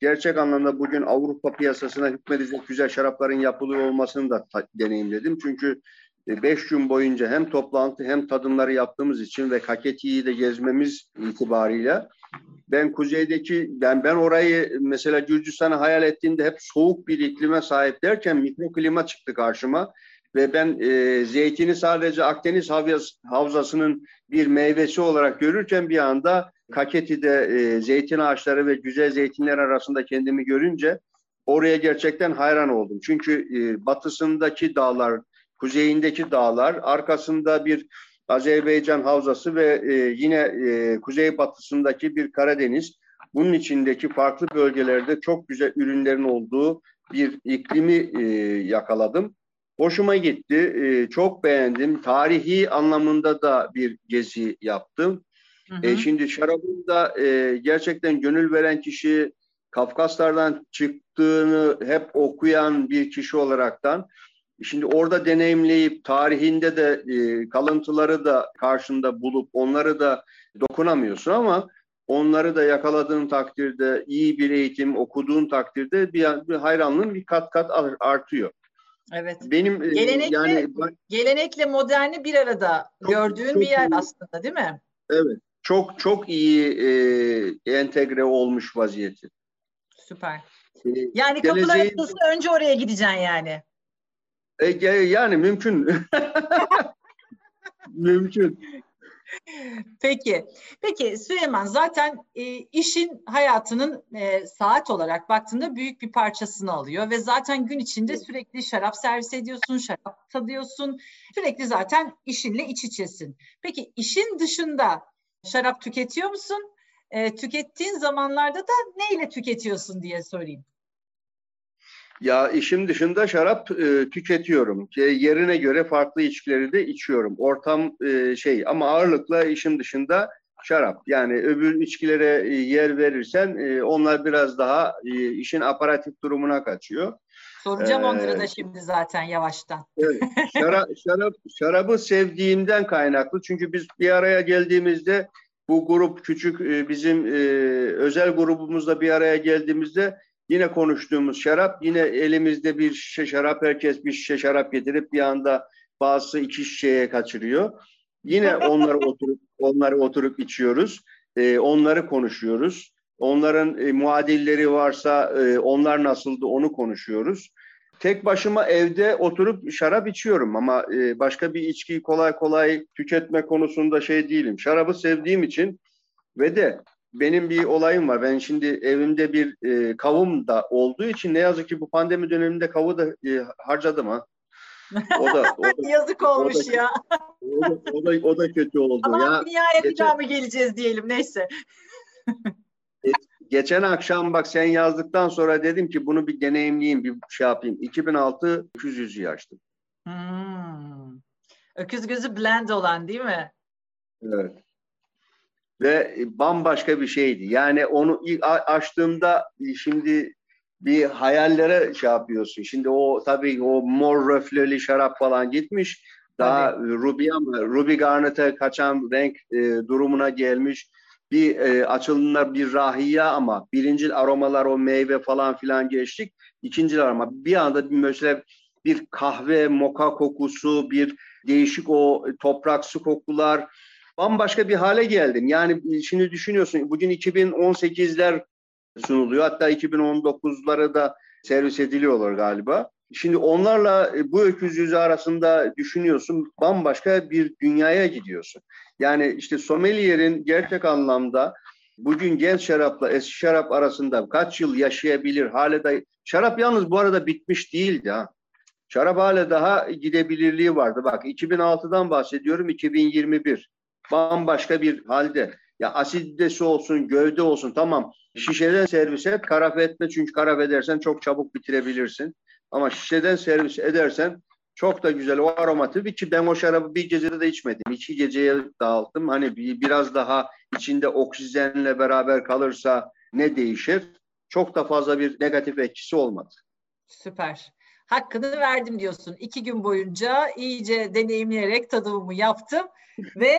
gerçek anlamda bugün Avrupa piyasasına hükmedecek güzel şarapların yapılıyor olmasını da ta- deneyimledim. Çünkü beş gün boyunca hem toplantı hem tadımları yaptığımız için ve Kaketi'yi de gezmemiz itibarıyla ben kuzeydeki, ben, ben orayı mesela Gürcistan'ı hayal ettiğimde hep soğuk bir iklime sahip derken mikroklima çıktı karşıma. Ve ben e, zeytini sadece Akdeniz Havzası'nın bir meyvesi olarak görürken bir anda Kaketi'de e, zeytin ağaçları ve güzel zeytinler arasında kendimi görünce oraya gerçekten hayran oldum. Çünkü e, batısındaki dağlar, kuzeyindeki dağlar, arkasında bir Azerbaycan havzası ve e, yine e, kuzeybatısındaki bir Karadeniz. Bunun içindeki farklı bölgelerde çok güzel ürünlerin olduğu bir iklimi e, yakaladım. Hoşuma gitti, e, çok beğendim. Tarihi anlamında da bir gezi yaptım. Hı hı. E, şimdi şarabın da e, gerçekten gönül veren kişi, Kafkaslardan çıktığını hep okuyan bir kişi olaraktan, şimdi orada deneyimleyip tarihinde de e, kalıntıları da karşında bulup onları da dokunamıyorsun ama onları da yakaladığın takdirde, iyi bir eğitim okuduğun takdirde bir, bir hayranlığın bir kat kat artıyor. Evet. Benim gelenekle, yani gelenekle moderni bir arada çok, gördüğün çok bir yer iyi. Aslında, değil mi? Evet. Çok çok iyi e, entegre olmuş vaziyeti. Süper. Ee, yani geleceğin... kapılar açılsa önce oraya gideceksin yani. E, yani mümkün. Mümkün. Peki. Peki Süleyman, zaten e, işin hayatının e, saat olarak baktığında büyük bir parçasını alıyor ve zaten gün içinde sürekli şarap servis ediyorsun, şarap tadıyorsun. Sürekli zaten işinle iç içesin. Peki işin dışında şarap tüketiyor musun? E, tükettiğin zamanlarda da neyle tüketiyorsun diye sorayım. Ya işim dışında şarap e, tüketiyorum. E, yerine göre farklı içkileri de içiyorum. Ortam e, şey ama ağırlıkla işim dışında şarap. Yani öbür içkilere e, yer verirsen e, onlar biraz daha e, işin aparatif durumuna kaçıyor. Soracağım ee, onları da şimdi zaten yavaştan. Evet, şarap, şarap, şarabı sevdiğimden kaynaklı. Çünkü biz bir araya geldiğimizde bu grup küçük e, bizim e, özel grubumuzla bir araya geldiğimizde yine konuştuğumuz şarap, yine elimizde bir şişe şarap, herkes bir şişe şarap getirip bir anda bazısı iki şişeye kaçırıyor. Yine onları oturup onları oturup içiyoruz. E, onları konuşuyoruz. Onların e, muadilleri varsa e, onlar nasıldı onu konuşuyoruz. Tek başıma evde oturup şarap içiyorum ama e, başka bir içkiyi kolay kolay tüketme konusunda şey değilim. Şarabı sevdiğim için ve de benim bir olayım var. Ben şimdi evimde bir e, kavum da olduğu için ne yazık ki bu pandemi döneminde kavuğu da e, harcadım ha. O da, o da yazık olmuş o da, ya. O da, o da o da kötü oldu. Ama ya. dünyaya geçen, bir daha mı geleceğiz diyelim, neyse. Geçen akşam bak sen yazdıktan sonra dedim ki bunu bir deneyimleyeyim, bir şey yapayım. iki bin altı öküz yüzüğü açtım. Hmm. Öküz gözü blend olan değil mi? Evet. Ve bambaşka bir şeydi. Yani onu ilk açtığımda şimdi bir hayallere şey yapıyorsun. Şimdi o tabii o mor röfleli şarap falan gitmiş. Daha tabii. Ruby ama Ruby Garnet'e kaçan renk e, durumuna gelmiş. Bir e, açılımlar bir rahiya ama birinci aromalar o meyve falan filan geçtik. İkinci aroma bir anda bir mesela bir kahve moka kokusu, bir değişik o topraksı kokular. Bambaşka bir hale geldim. Yani şimdi düşünüyorsun bugün iki bin on sekizler sunuluyor. Hatta iki bin on dokuzlara da servis ediliyorlar galiba. Şimdi onlarla bu öküz yüzü arasında düşünüyorsun bambaşka bir dünyaya gidiyorsun. Yani işte sommelier'in gerçek anlamda bugün genç şarapla eski şarap arasında kaç yıl yaşayabilir hale de şarap yalnız bu arada bitmiş değildi ha. Şarap hala daha gidebilirliği vardı. Bak iki bin altıdan bahsediyorum iki bin yirmi bir. Bambaşka bir halde. Ya asiditesi olsun, gövde olsun tamam. Şişeden servis et, karaf etme çünkü karaf edersen çok çabuk bitirebilirsin. Ama şişeden servis edersen çok da güzel o aromatı ki ben o şarabı bir gecede de içmedim. İki geceye dağıttım. Hani bir, biraz daha içinde oksijenle beraber kalırsa ne değişir? Çok da fazla bir negatif etkisi olmadı. Süper. Hakkını verdim diyorsun. İki gün boyunca iyice deneyimleyerek tadımımı yaptım ve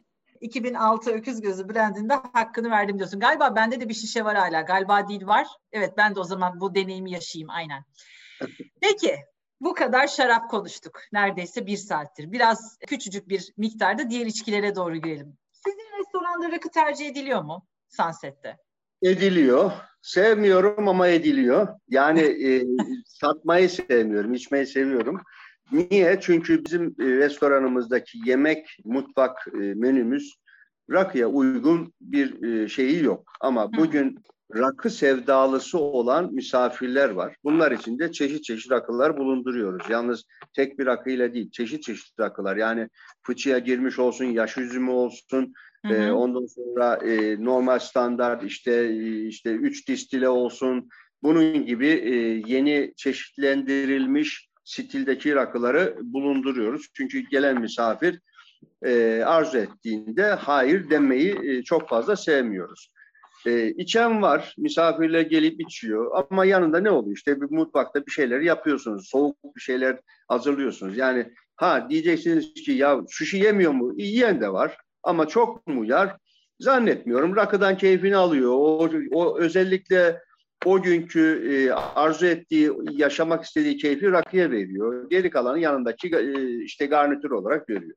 iki bin altı Öküz Gözü brandinde hakkını verdim diyorsun. Galiba bende de bir şişe var hala. Galiba değil var. Evet, ben de o zaman bu deneyimi yaşayayım aynen. Peki, bu kadar şarap konuştuk. Neredeyse bir saattir. Biraz küçücük bir miktarda diğer içkilere doğru girelim. Sizin restoranda rakı tercih ediliyor mu Sunset'te? Ediliyor. Sevmiyorum ama ediliyor. Yani e, satmayı sevmiyorum, içmeyi seviyorum. Niye? Çünkü bizim e, restoranımızdaki yemek, mutfak e, menümüz rakıya uygun bir e, şeyi yok. Ama bugün rakı sevdalısı olan misafirler var. Bunlar için de çeşit çeşit rakılar bulunduruyoruz. Yalnız tek bir rakıyla değil, çeşit çeşit rakılar. Yani fıçıya girmiş olsun, yaş üzümü olsun, hı hı. E, ondan sonra e, normal standart işte işte üç distile olsun. Bunun gibi e, yeni çeşitlendirilmiş stildeki rakıları bulunduruyoruz. Çünkü gelen misafir e, arzu ettiğinde hayır demeyi e, çok fazla sevmiyoruz. E, içen var, misafirler gelip içiyor ama yanında ne oluyor? İşte bir mutfakta bir şeyler yapıyorsunuz, soğuk bir şeyler hazırlıyorsunuz. Yani ha diyeceksiniz ki ya sushi yemiyor mu? Yiyen de var ama çok mu yer? Zannetmiyorum. Rakıdan keyfini alıyor. O, o özellikle o günkü e, arzu ettiği, yaşamak istediği keyfi rakıya veriyor. Geri kalanı yanındaki e, işte garnitür olarak görüyor.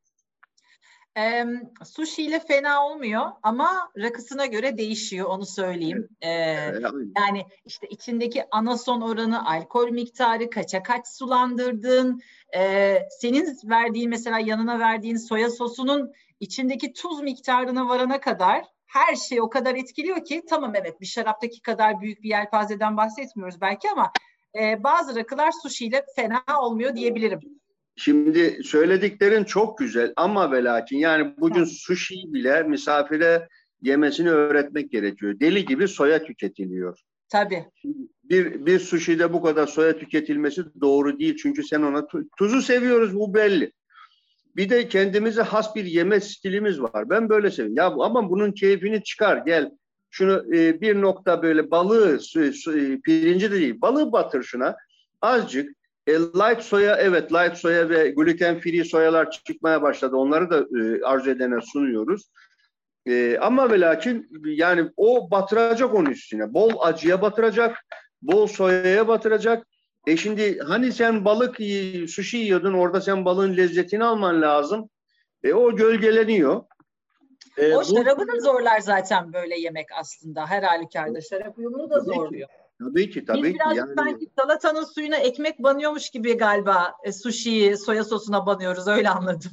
E, sushi ile fena olmuyor ama rakısına göre değişiyor, onu söyleyeyim. E, yani işte içindeki anason oranı, alkol miktarı, kaça kaç sulandırdın, e, senin verdiğin mesela yanına verdiğin soya sosunun içindeki tuz miktarına varana kadar her şey o kadar etkiliyor ki tamam evet bir şaraptaki kadar büyük bir yelpazeden bahsetmiyoruz belki ama e, bazı rakılar sushi ile fena olmuyor diyebilirim. Şimdi söylediklerin çok güzel ama ve lakin yani bugün sushi'yi bile misafire yemesini öğretmek gerekiyor. Deli gibi soya tüketiliyor. Tabii. Bir, bir sushi'de bu kadar soya tüketilmesi doğru değil. Çünkü sen ona tuzu seviyoruz, bu belli. Bir de kendimize has bir yeme stilimiz var. Ben böyle seviyorum. Ya ama bunun keyfini çıkar. Gel şunu e, bir nokta böyle balığı, su, su, pirinci de değil. Balığı batır şuna. Azıcık. E, light soya, evet light soya ve gluten free soyalar çıkmaya başladı. Onları da e, arzu edene sunuyoruz. E, ama ve lakin yani o batıracak onun üstüne. Bol acıya batıracak. Bol soyaya batıracak. E şimdi hani sen balık sushi yiyordun, orada sen balığın lezzetini alman lazım. E o gölgeleniyor. E, o şarabı da zorlar zaten böyle yemek aslında. Her halükarda şarap uyumunu da zorluyor. Tabii ki, tabii ki. Biraz yani... sanki salatanın suyuna ekmek banıyormuş gibi galiba e, sushi'yi soya sosuna banıyoruz, öyle anladım.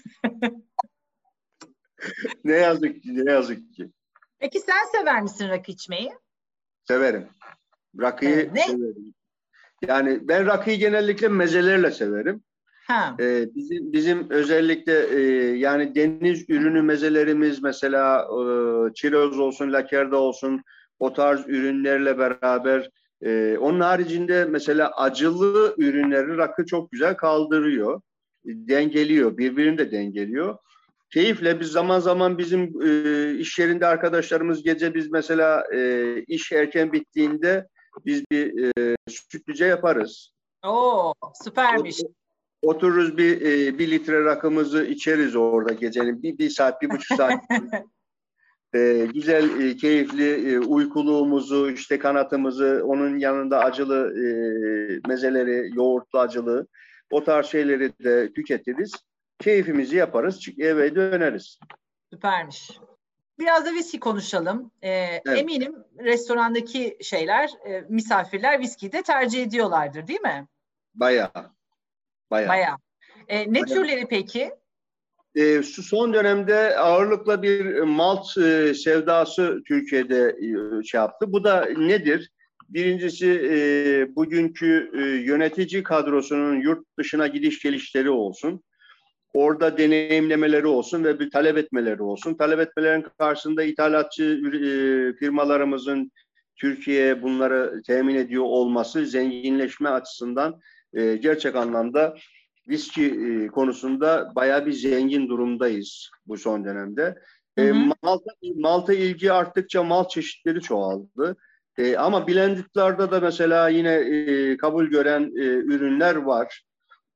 Ne yazık ki, ne yazık ki. Peki sen sever misin rakı içmeyi? Severim. Rakıyı evet, ne? severim. Yani ben rakıyı genellikle mezelerle severim. Ha. Ee, bizim bizim özellikle e, yani deniz ürünü mezelerimiz mesela e, çiroz olsun, lakerda olsun, o tarz ürünlerle beraber e, onun haricinde mesela acılı ürünleri rakı çok güzel kaldırıyor. Dengeliyor, birbirini de dengeliyor. Keyifle biz zaman zaman bizim e, iş yerinde arkadaşlarımız gece biz mesela e, iş erken bittiğinde biz bir e, sütlüce yaparız. Oo, süpermiş. Otururuz bir e, bir litre rakımızı içeriz orada gecenin bir, bir saat, bir buçuk saat. e, güzel, e, keyifli e, uykuluğumuzu, işte kanatımızı, onun yanında acılı e, mezeleri, yoğurtlu acılı, o tarz şeyleri de tüketiriz. Keyfimizi yaparız, eve döneriz. Süpermiş. Biraz da viski konuşalım. Ee, evet. Eminim restorandaki şeyler, e, misafirler viskiyi de tercih ediyorlardır, değil mi? Bayağı. Bayağı. Bayağı. Ee, ne Bayağı. Türleri peki? Ee, şu son dönemde ağırlıkla bir malt e, sevdası Türkiye'de e, şey yaptı. Bu da nedir? Birincisi e, bugünkü e, yönetici kadrosunun yurt dışına gidiş gelişleri olsun. Orada deneyimlemeleri olsun ve bir talep etmeleri olsun. Talep etmelerin karşısında ithalatçı e, firmalarımızın Türkiye'ye bunları temin ediyor olması zenginleşme açısından e, gerçek anlamda viski e, konusunda bayağı bir zengin durumdayız bu son dönemde. E, Malta, Malta ilgi arttıkça mal çeşitleri çoğaldı. E, ama blended'larda da mesela yine e, kabul gören e, ürünler var.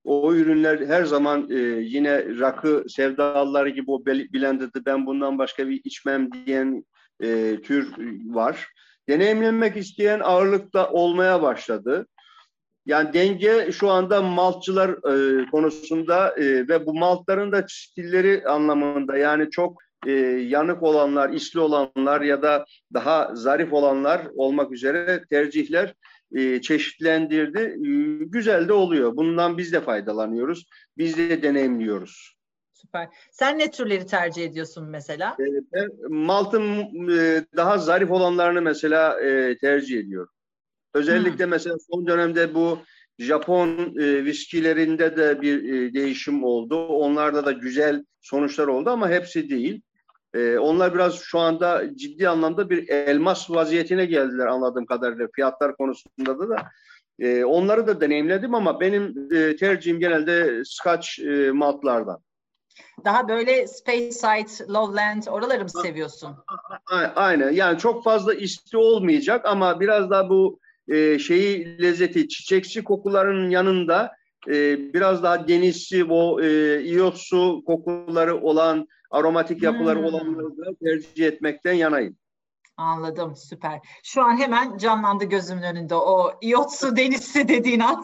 O ürünler her zaman e, yine rakı sevdalıları gibi o blended'ı ben bundan başka bir içmem diyen e, tür var. Deneyimlemek isteyen ağırlıkta olmaya başladı. Yani denge şu anda maltçılar e, konusunda e, ve bu maltların da stilleri anlamında yani çok e, yanık olanlar, isli olanlar ya da daha zarif olanlar olmak üzere tercihler e, çeşitlendirdi. E, güzel de oluyor. Bundan biz de faydalanıyoruz. Biz de deneyimliyoruz. Süper. Sen ne türleri tercih ediyorsun mesela? E, ben maltın e, daha zarif olanlarını mesela e, tercih ediyorum. Özellikle hmm. mesela son dönemde bu Japon e, viskilerinde de bir e, değişim oldu. Onlarda da güzel sonuçlar oldu ama hepsi değil. E, onlar biraz şu anda ciddi anlamda bir elmas vaziyetine geldiler anladığım kadarıyla. Fiyatlar konusunda da da. E, onları da deneyimledim ama benim e, tercihim genelde Scotch e, maltlardan. Daha böyle Speyside, Lowland oraları mı seviyorsun? Aynen. Yani çok fazla isti olmayacak ama biraz daha bu e, şeyi lezzeti, çiçekçi kokuların yanında e, biraz daha denizsi, o e, iyotsu kokuları olan, aromatik yapıları hmm. olanları da tercih etmekten yanayım. Anladım, süper. Şu an hemen canlandı gözümün önünde o iyotsu denizsi dediğin an.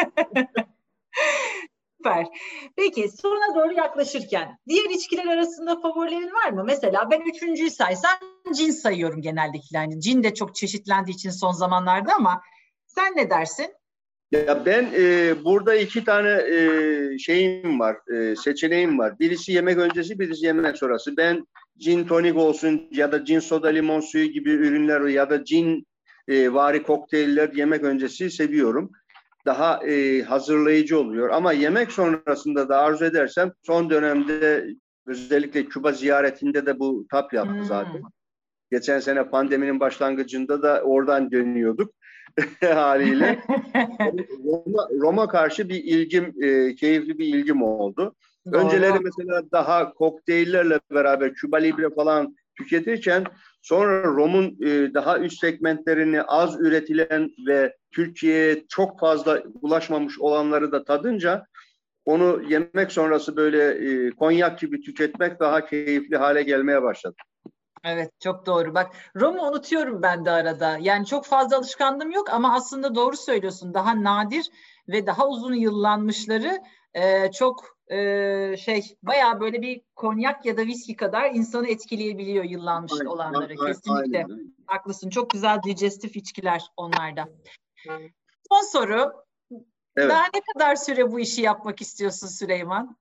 Süper. Peki sona doğru yaklaşırken diğer içkiler arasında favorilerin var mı? Mesela ben üçüncüyü saysam cin sayıyorum genellikle. Yani cin de çok çeşitlendiği için son zamanlarda ama sen ne dersin? Ya ben e, burada iki tane e, şeyim var, e, seçeneğim var. Birisi yemek öncesi, birisi yemek sonrası. Ben cin tonik olsun ya da cin soda limon suyu gibi ürünler ya da cin e, vari kokteyller yemek öncesi seviyorum. Daha e, hazırlayıcı oluyor. Ama yemek sonrasında da arzu edersem son dönemde özellikle Küba ziyaretinde de bu tap yaptı hmm. zaten. Geçen sene pandeminin başlangıcında da oradan dönüyorduk haliyle. Roma, Roma karşı bir ilgim, e, keyifli bir ilgim oldu. Doğru. Önceleri mesela daha kokteyllerle beraber Küba Libre falan tüketirken sonra Rom'un e, daha üst segmentlerini az üretilen ve Türkiye'ye çok fazla ulaşmamış olanları da tadınca onu yemek sonrası böyle e, konyak gibi tüketmek daha keyifli hale gelmeye başladı. Evet, çok doğru. Bak Rom'u unutuyorum ben de arada. Yani çok fazla alışkanlığım yok ama aslında doğru söylüyorsun. Daha nadir ve daha uzun yıllanmışları e, çok e, şey bayağı böyle bir konyak ya da viski kadar insanı etkileyebiliyor yıllanmış aynen, olanları. Aynen, kesinlikle. Aynen. Haklısın. Çok güzel digestif içkiler onlarda. Son soru. Evet. Daha ne kadar süre bu işi yapmak istiyorsun Süleyman?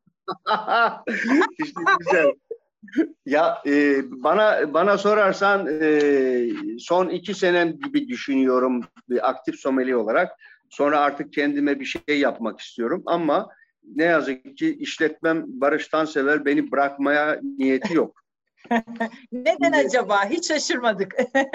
İşte güzel. Ya e, bana bana sorarsan e, son iki senem gibi düşünüyorum bir aktif someli olarak. Sonra artık kendime bir şey yapmak istiyorum ama ne yazık ki işletmem Barış Tansever beni bırakmaya niyeti yok. Neden Şimdi, acaba? Hiç şaşırmadık.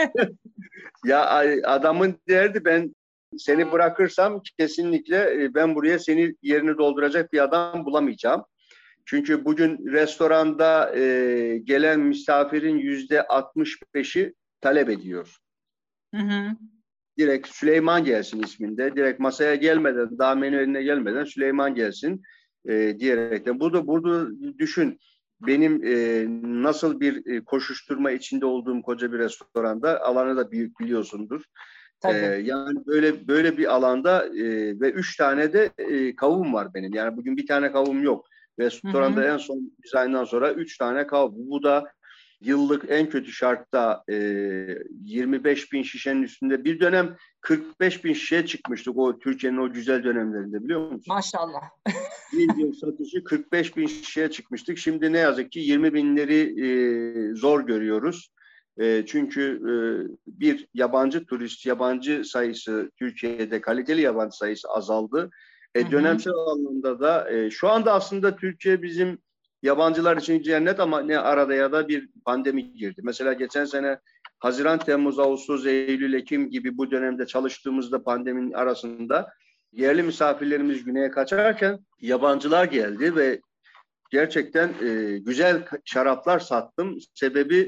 Ya adamın derdi ben seni bırakırsam kesinlikle ben buraya senin yerini dolduracak bir adam bulamayacağım. Çünkü bugün restoranda e, gelen misafirin yüzde altmış beşi talep ediyor. Hı hı. Direkt Süleyman gelsin isminde. Direkt masaya gelmeden, daha menü önüne gelmeden Süleyman gelsin e, diyerekten. Burada, burada düşün benim e, nasıl bir e, koşuşturma içinde olduğum koca bir restoranda, alanı da büyük biliyorsundur. Ee, yani böyle böyle bir alanda e, ve üç tane de e, kavum var benim. Yani bugün bir tane kavum yok. Restoranda hı hı. En son dizayndan sonra üç tane kavum. Bu da yıllık en kötü şartta e, yirmi beş bin şişenin üstünde. Bir dönem kırk beş bin şişeye çıkmıştık o Türkiye'nin o güzel dönemlerinde biliyor musun? Maşallah. Bir yıl satışı kırk beş bin şişeye çıkmıştık. Şimdi ne yazık ki yirmi binleri e, zor görüyoruz. E, çünkü e, bir yabancı turist, yabancı sayısı Türkiye'de kaliteli yabancı sayısı azaldı. E, dönemsel anlamda da e, şu anda aslında Türkiye bizim yabancılar için cennet ama ne arada ya da bir pandemi girdi. Mesela geçen sene Haziran, Temmuz, Ağustos, Eylül, Ekim gibi bu dönemde çalıştığımızda pandeminin arasında yerli misafirlerimiz güneye kaçarken yabancılar geldi ve gerçekten e, güzel şaraplar sattım. Sebebi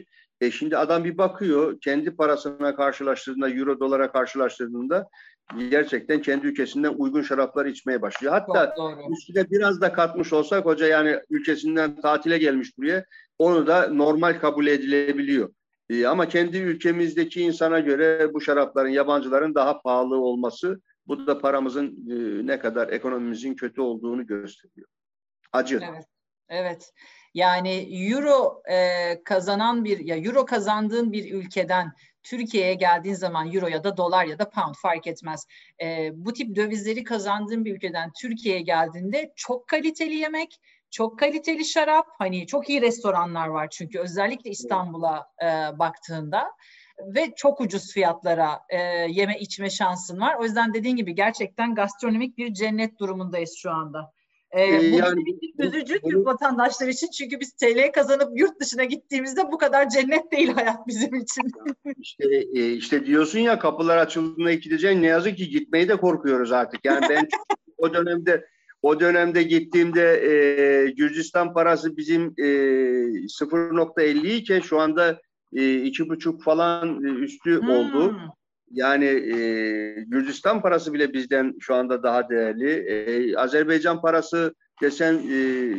E şimdi adam bir bakıyor, kendi parasına karşılaştırdığında, euro dolara karşılaştırdığında gerçekten kendi ülkesinden uygun şaraplar içmeye başlıyor. Hatta üstüne biraz da katmış olsak hoca, yani ülkesinden tatile gelmiş buraya, onu da normal kabul edilebiliyor. E ama kendi ülkemizdeki insana göre bu şarapların, yabancıların daha pahalı olması, bu da paramızın e, ne kadar, ekonomimizin kötü olduğunu gösteriyor. Acı. Evet. Evet. Yani euro e, kazanan bir ya euro kazandığın bir ülkeden Türkiye'ye geldiğin zaman, euro ya da dolar ya da pound fark etmez. E, bu tip dövizleri kazandığın bir ülkeden Türkiye'ye geldiğinde çok kaliteli yemek, çok kaliteli şarap, hani çok iyi restoranlar var çünkü özellikle İstanbul'a e, baktığında ve çok ucuz fiyatlara e, yeme içme şansın var. O yüzden dediğin gibi gerçekten gastronomik bir cennet durumundayız şu anda. Ee, bu yani, bizim için üzücü Türk vatandaşları için, çünkü biz T L kazanıp yurt dışına gittiğimizde bu kadar cennet değil hayat bizim için. İşte, işte diyorsun ya, kapılar açıldığında gideceksin. Ne yazık ki gitmeyi de korkuyoruz artık. Yani ben o dönemde o dönemde gittiğimde e, Gürcistan parası bizim e, sıfır nokta elli iken şu anda e, iki buçuk falan üstü hmm. oldu. Yani e, Gürcistan parası bile bizden şu anda daha değerli. E, Azerbaycan parası desen e,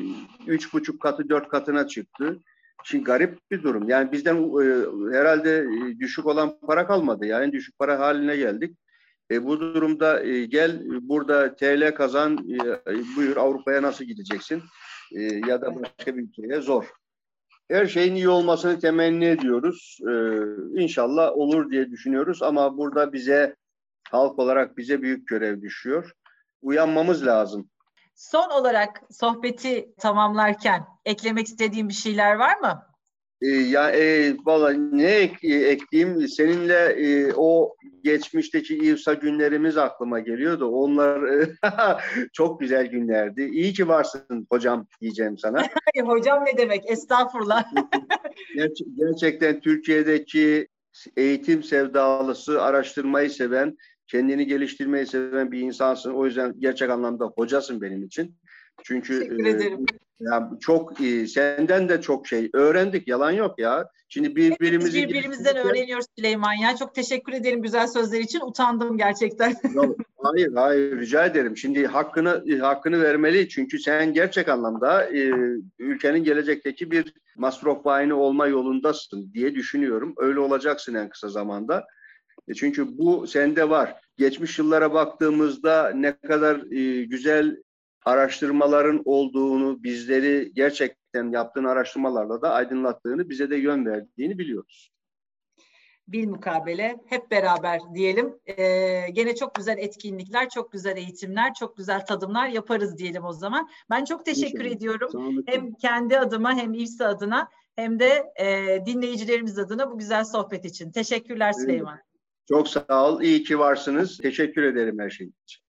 üç buçuk katı, dört katına çıktı. Şimdi garip bir durum. Yani bizden e, herhalde e, düşük olan para kalmadı. Yani düşük para haline geldik. E, bu durumda e, gel burada T L kazan, e, buyur Avrupa'ya nasıl gideceksin? E, ya da başka bir ülkeye, zor. Her şeyin iyi olmasını temenni ediyoruz. Ee, İnşallah olur diye düşünüyoruz ama burada bize, halk olarak bize büyük görev düşüyor. Uyanmamız lazım. Son olarak sohbeti tamamlarken eklemek istediğin bir şeyler var mı? Ee, ya e, vallahi ne ek, ekleyeyim? Seninle e, o geçmişteki İvsa günlerimiz aklıma geliyordu. Onlar çok güzel günlerdi. İyi ki varsın hocam diyeceğim sana. Hocam ne demek? Estağfurullah. Ger- gerçekten Türkiye'deki eğitim sevdalısı, araştırmayı seven, kendini geliştirmeyi seven bir insansın. O yüzden gerçek anlamda hocasın benim için. Çünkü teşekkür ederim. E, yani çok iyi. Senden de çok şey öğrendik. Yalan yok ya. Şimdi birbirimizi Biz birbirimizden öğreniyoruz Süleyman ya. Çok teşekkür ederim güzel sözler için. Utandım gerçekten. Yok, hayır, hayır. Rica ederim. Şimdi hakkını hakkını vermeli. Çünkü sen gerçek anlamda e, ülkenin gelecekteki bir masrofbayini olma yolundasın diye düşünüyorum. Öyle olacaksın en kısa zamanda. E, çünkü bu sende var. Geçmiş yıllara baktığımızda ne kadar e, güzel araştırmaların olduğunu, bizleri gerçekten yaptığın araştırmalarla da aydınlattığını, bize de yön verdiğini biliyoruz. Bilmukabele hep beraber diyelim. Ee, gene çok güzel etkinlikler, çok güzel eğitimler, çok güzel tadımlar yaparız diyelim o zaman. Ben çok teşekkür İnşallah. ediyorum. Sağlıklı. Hem kendi adıma hem İvsa adına hem de e, dinleyicilerimiz adına bu güzel sohbet için. Teşekkürler Süleyman. Çok sağ ol. İyi ki varsınız. Teşekkür ederim her şey için.